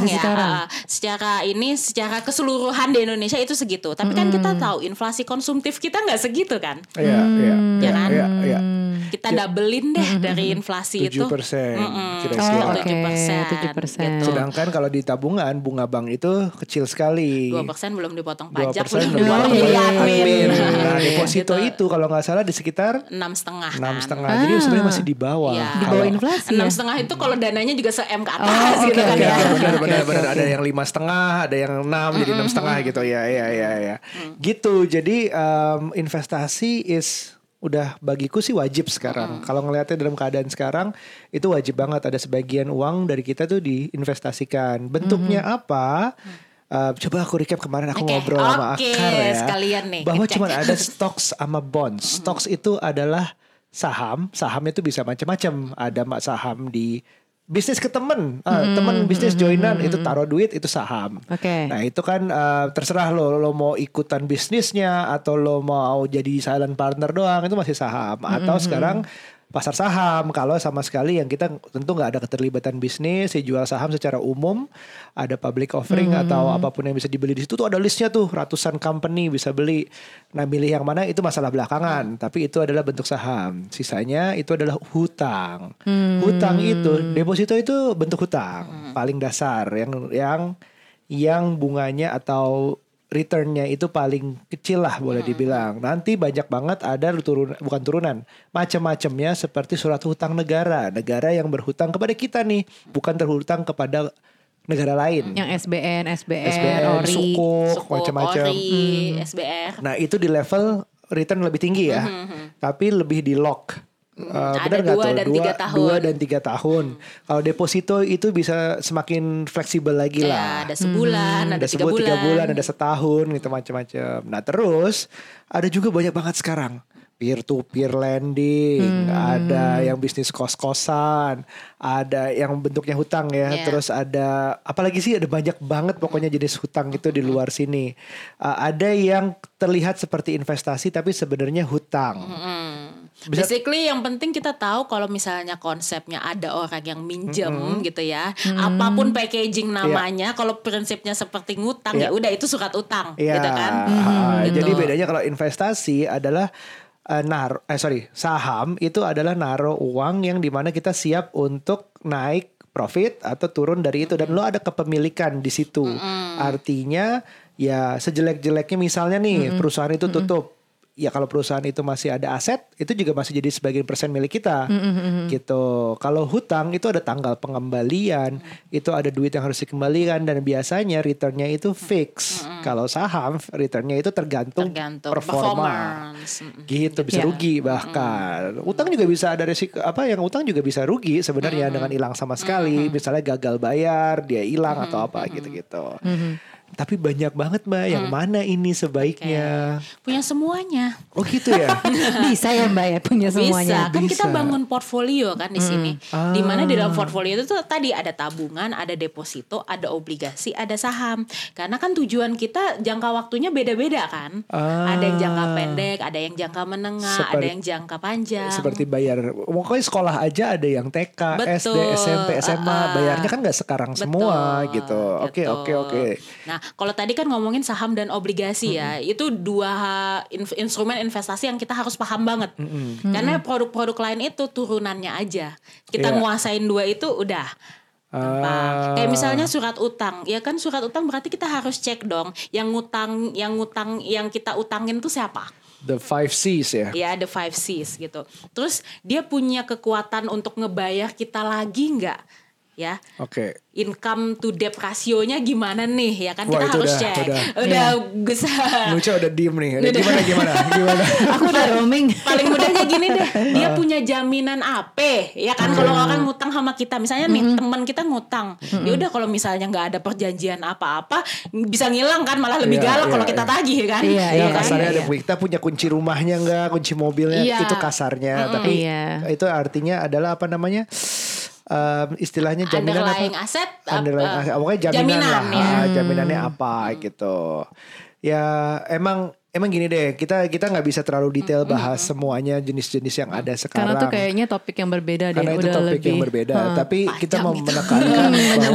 secara keseluruhan di Indonesia itu segitu. Tapi kan kita tahu inflasi konsumtif kita nggak segitu kan? Iya. Iya. Kita doublein deh dari inflasi 7%, itu. kira-kira. 7%. Gitu. Sedangkan kalau di tabungan bunga bank itu kecil sekali. 2% belum dipotong pajak. 2% belum dipotong admin. Nah, deposito Gitu. itu kalau nggak salah di sekitar 6,5 6,5. Jadi sebenarnya masih di bawah. Iya. Di bawah inflasi. 6,5 itu kalau dananya juga se-M ke atas gitu kan ya. Benar. Ada yang 5,5, ada yang 6 jadi 6,5 gitu ya. Gitu. Jadi investasi udah bagiku sih wajib sekarang. Kalau ngelihatnya dalam keadaan sekarang itu wajib banget, ada sebagian uang dari kita tuh diinvestasikan. Bentuknya apa? Coba aku recap kemarin aku ngobrol sama Akar ya. Sekalian nih. Bahwa cuma ada stocks sama bonds. Stocks itu adalah sahamnya itu bisa macam-macam. Ada saham di bisnis ke temen, temen bisnis joinan itu taruh duit itu saham. Oke. Nah itu kan terserah lo mau ikutan bisnisnya atau lo mau jadi silent partner doang itu masih saham. Atau sekarang pasar saham kalau sama sekali yang kita tentu nggak ada keterlibatan bisnis, jual saham secara umum, ada public offering atau apapun yang bisa dibeli di situ tuh ada listnya tuh ratusan company bisa beli. Nah milih yang mana itu masalah belakangan, tapi itu adalah bentuk saham. Sisanya itu adalah hutang. Hutang itu deposito itu bentuk hutang paling dasar yang bunganya atau returnnya itu paling kecil lah boleh dibilang. Nanti banyak banget ada bukan turunan, macam-macamnya seperti surat hutang negara yang berhutang kepada kita nih, bukan terhutang kepada negara lain. Yang SBN, SBN, ORI, Sukuk, macam-macam. SBR. Nah itu di level return lebih tinggi ya, tapi lebih di lock. Ada Benar 2 dan 3 tahun. 2 dan 3 tahun. Kalau deposito itu bisa semakin fleksibel lagi lah. Ada sebulan, ada 3 bulan. 3 bulan, ada setahun gitu macam-macam. Nah terus ada juga banyak banget sekarang peer to peer lending, ada yang bisnis kos-kosan, ada yang bentuknya hutang ya. Terus ada apalagi sih, ada banyak banget pokoknya jenis hutang itu di luar sini. Ada yang terlihat seperti investasi tapi sebenarnya hutang. Basically yang penting kita tahu kalau misalnya konsepnya ada orang yang minjem gitu ya, apapun packaging namanya, kalau prinsipnya seperti ngutang ya udah itu surat utang gitu kan. Gitu. Jadi bedanya kalau investasi adalah saham itu adalah naruh uang yang dimana kita siap untuk naik profit atau turun dari itu dan lo ada kepemilikan di situ. Artinya ya sejelek-jeleknya misalnya nih perusahaan itu tutup. Ya kalau perusahaan itu masih ada aset, itu juga masih jadi sebagian persen milik kita, gitu. Kalau hutang itu ada tanggal pengembalian, itu ada duit yang harus dikembalikan dan biasanya returnnya itu fix. Kalau saham, returnnya itu tergantung performa, gitu bisa rugi bahkan. Utang juga bisa ada resiko yang utang juga bisa rugi sebenarnya dengan hilang sama sekali, misalnya gagal bayar, dia hilang atau apa gitu-gitu. Tapi banyak banget Mbak, yang mana ini sebaiknya? Punya semuanya. Oh gitu ya? Bisa ya Mbak ya punya semuanya. Bisa. Kan kita bangun portfolio kan di sini. Dimana di dalam portfolio itu tuh tadi ada tabungan, ada deposito, ada obligasi, ada saham. Karena kan tujuan kita jangka waktunya beda-beda kan. Ada yang jangka pendek, ada yang jangka menengah, ada yang jangka panjang. Seperti bayar, pokoknya sekolah aja ada yang TK, SD, SMP, SMA. Bayarnya kan gak sekarang semua gitu. Oke. Nah, kalau tadi kan ngomongin saham dan obligasi ya, itu 2 instrumen investasi yang kita harus paham banget. Karena produk-produk lain itu turunannya aja. Kita nguasain 2 itu udah. Kayak misalnya surat utang, ya kan surat utang berarti kita harus cek dong, yang kita utangin tuh siapa? The 5 C's ya? Ya, the 5 C's gitu. Terus dia punya kekuatan untuk ngebayar kita lagi nggak? Ya, income to debt rasionya gimana nih ya kan. Wah, kita harus cek. Udah besar. Nucha udah diem nih. Gimana? Aku udah roaming. Paling mudahnya gini deh, dia punya jaminan apa? Ya kan kalau orang ngutang sama kita, misalnya nih teman kita ngutang, ya udah kalau misalnya nggak ada perjanjian apa-apa, bisa ngilang kan, malah lebih galak kalau kita tagih kan. Iya, kasarnya ada kita punya kunci rumahnya nggak, kunci mobilnya itu kasarnya, tapi itu artinya adalah apa namanya? Istilahnya jaminan underlying apa? Aset, pokoknya jaminan lah. Jaminannya apa gitu. Ya emang gini deh, kita nggak bisa terlalu detail bahas semuanya jenis-jenis yang ada sekarang. Karena tuh kayaknya topik yang berbeda deh. Karena itu topik yang berbeda. Tapi kita mau menekankan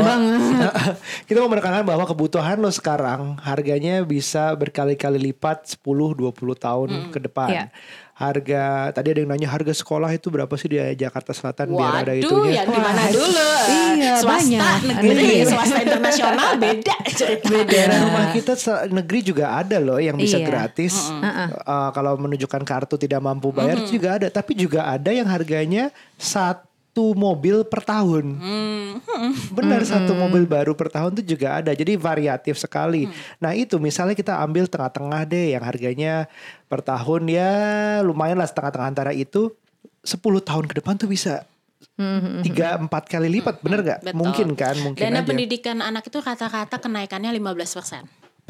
bahwa kebutuhan lo sekarang harganya bisa berkali-kali lipat 10-20 tahun ke depan. Harga, tadi ada yang nanya harga sekolah itu berapa sih di Jakarta Selatan. Biar ada itunya. Yang dimana dulu? Swasta, negeri, swasta internasional beda ceritanya. Rumah kita negeri juga ada loh yang bisa gratis. Kalau menunjukkan kartu tidak mampu bayar juga ada. Tapi juga ada yang harganya 1 mobil per tahun. Benar, 1 mobil baru per tahun itu juga ada. Jadi variatif sekali. Nah itu misalnya kita ambil tengah-tengah deh, yang harganya per tahun ya lumayan lah setengah-tengah antara itu. 10 tahun ke depan tuh bisa 3-4 kali lipat. Bener gak? Betul. Mungkin kan? Mungkin Dana aja. pendidikan anak itu rata-rata kenaikannya 15%.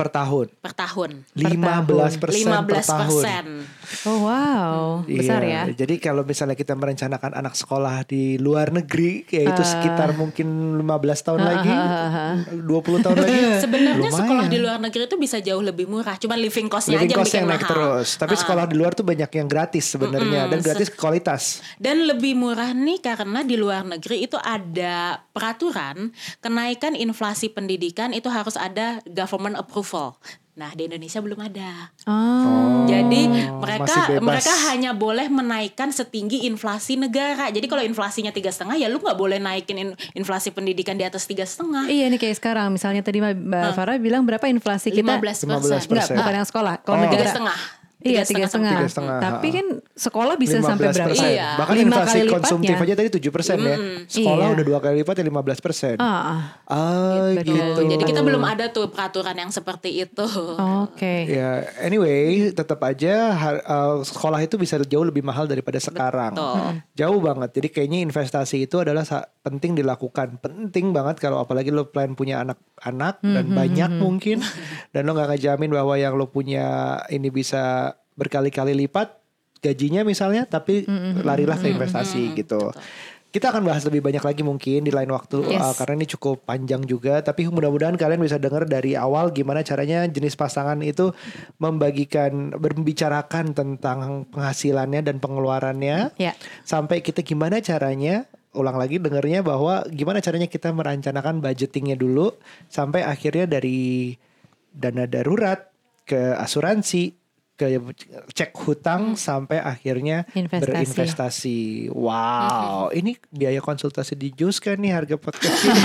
per tahun. per tahun. 15% per tahun. 15%. Oh wow, besar ya. Jadi kalau misalnya kita merencanakan anak sekolah di luar negeri, yaitu sekitar mungkin 15 tahun lagi, 20 tahun lagi. Sebenarnya lumayan. sekolah di luar negeri itu bisa jauh lebih murah, cuman living cost-nya Living aja yang cost bikin yang naik mahal. terus. Tapi sekolah di luar tuh banyak yang gratis sebenarnya, dan gratis kualitas. Dan lebih murah nih karena di luar negeri itu ada peraturan kenaikan inflasi pendidikan itu harus ada government approval. Nah, di Indonesia belum ada. Jadi masih bebas. mereka hanya boleh menaikkan setinggi inflasi negara. Jadi kalau inflasinya 3,5 ya lu nggak boleh naikin inflasi pendidikan di atas 3,5. Iya nih kayak sekarang misalnya tadi Mbak Farah bilang berapa inflasi kita? 15%. Enggak, bukan yang sekolah. Kalau negara 3,5. Iya 3,5. 3,5. Tapi kan sekolah bisa sampai berapa? 15%. Iya. Bahkan 5 inflasi kali konsumtif lipatnya. aja tadi 7% ya. Sekolah Iya. udah 2 kali lipat ya 15%. Betul. Gitu. Jadi kita belum ada tuh peraturan yang seperti itu. Oke. Ya, anyway, tetap aja sekolah itu bisa jauh lebih mahal daripada sekarang. Betul. Jauh banget. Jadi kayaknya investasi itu adalah penting dilakukan. Penting banget kalau apalagi lo plan punya anak-anak dan banyak mungkin, dan lo nggak ngejamin bahwa yang lo punya ini bisa berkali-kali lipat gajinya misalnya, tapi larilah ke investasi gitu. Kita akan bahas lebih banyak lagi mungkin di lain waktu karena ini cukup panjang juga. Tapi mudah-mudahan kalian bisa dengar dari awal gimana caranya jenis pasangan itu membicarakan tentang penghasilannya dan pengeluarannya. Ya. Sampai kita gimana caranya, ulang lagi dengarnya bahwa gimana caranya kita merencanakan budgetingnya dulu. Sampai akhirnya dari dana darurat ke asuransi, ke cek hutang sampai akhirnya berinvestasi. Wow, ini biaya konsultasi di Jus kan nih harga podcast ini.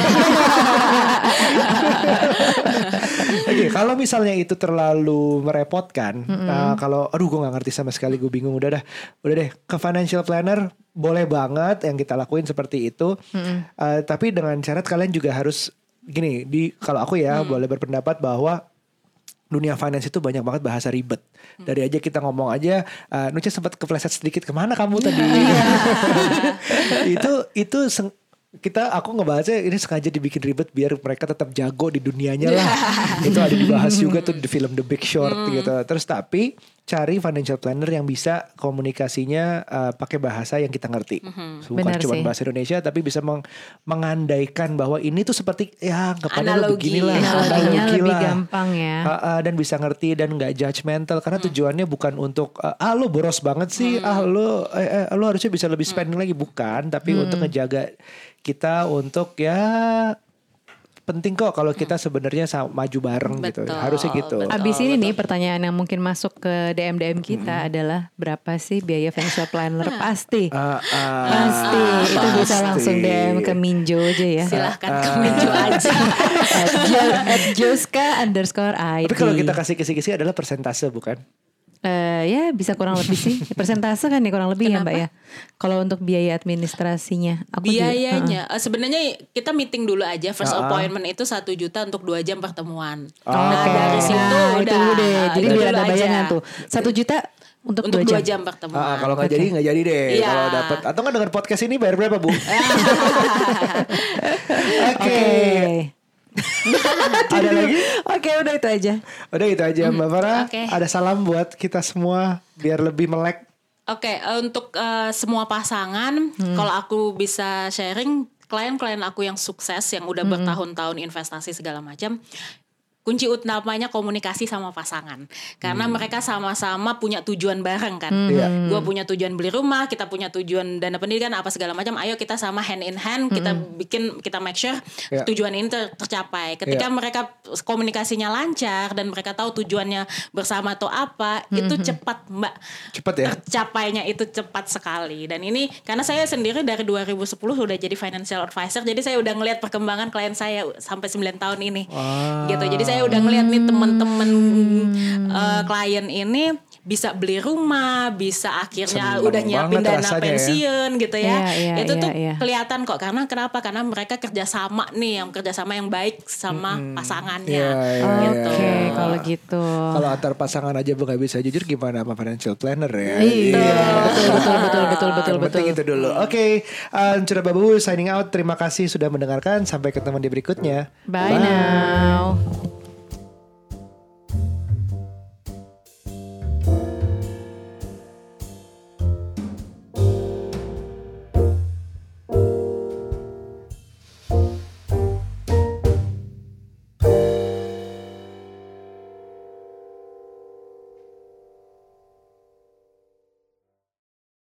Oke, kalau misalnya itu terlalu merepotkan, kalau aduh gue gak ngerti sama sekali, gue bingung, udah deh ke financial planner boleh banget yang kita lakuin seperti itu. Tapi dengan syarat kalian juga harus gini, kalau aku ya boleh berpendapat bahwa dunia finance itu banyak banget bahasa ribet. Dari aja kita ngomong aja, Nucha sempat kepleset sedikit, kemana kamu tadi? Aku ngebahasnya ini sengaja dibikin ribet biar mereka tetap jago di dunianya lah. Itu ada dibahas juga tuh di film The Big Short gitu. Terus tapi cari financial planner yang bisa komunikasinya pakai bahasa yang kita ngerti. Bukan cuma bahasa Indonesia, tapi bisa mengandaikan bahwa ini tuh seperti ya anggapannya lo beginilah. Analoginya lebih gampang ya. Dan bisa ngerti dan gak judgmental. Karena tujuannya bukan untuk lo boros banget sih. Lo harusnya bisa lebih spending lagi. Bukan, tapi untuk ngejaga kita untuk ya penting kok kalau kita sebenarnya maju bareng gitu. Harusnya gitu. Abis ini nih pertanyaan yang mungkin masuk ke DM kita adalah berapa sih biaya financial planner? Pasti. Pasti. Itu bisa langsung DM ke Minjo aja ya. Silahkan ke Minjo aja. @joska_id. Tapi kalau kita kasih kisi-kisi adalah persentase bukan? Ya bisa kurang lebih sih. Persentase kan ya kurang lebih. Kenapa? Ya Mbak ya. Kalau untuk biaya administrasinya, biayanya sebenarnya kita meeting dulu aja. First appointment itu 1 juta untuk 2 jam pertemuan. Dari situ udah. Jadi biar ada bayangan tuh. 1 juta untuk 2 jam pertemuan. Kalau nggak jadi nggak jadi deh. Kalau dapat atau nggak dengar podcast ini bayar berapa Bu? Oke. Ada lagi? Oke, udah itu aja. Udah itu aja Mbak Farah. Ada salam buat kita semua biar lebih melek. Oke, untuk semua pasangan, kalau aku bisa sharing, klien-klien aku yang sukses, yang udah bertahun-tahun investasi segala macam, kunci utamanya komunikasi sama pasangan. Karena mereka sama-sama punya tujuan bareng kan. Gue punya tujuan beli rumah, kita punya tujuan dana pendidikan, apa segala macam. Ayo kita sama hand in hand, kita make sure tujuan ini tercapai. Ketika mereka komunikasinya lancar dan mereka tahu tujuannya bersama atau apa, itu cepat Mbak. Cepat ya? Tercapainya itu cepat sekali. Dan ini karena saya sendiri dari 2010 udah jadi financial advisor, jadi saya udah ngelihat perkembangan klien saya sampai 9 tahun ini. Gitu. Jadi saya udah ngeliat nih teman-teman klien ini bisa beli rumah, bisa akhirnya udah nyiapin dana pensiun gitu ya. Itu tuh kelihatan kok. Karena kenapa? Karena mereka kerjasama nih, kerjasama yang baik sama pasangannya. Oke, kalau gitu. Kalau antar pasangan aja nggak bisa jujur, gimana sama financial planner ya? Betul. Penting itu dulu. Oke, Curah Babu signing out. Terima kasih sudah mendengarkan. Sampai ketemu di berikutnya. Bye now.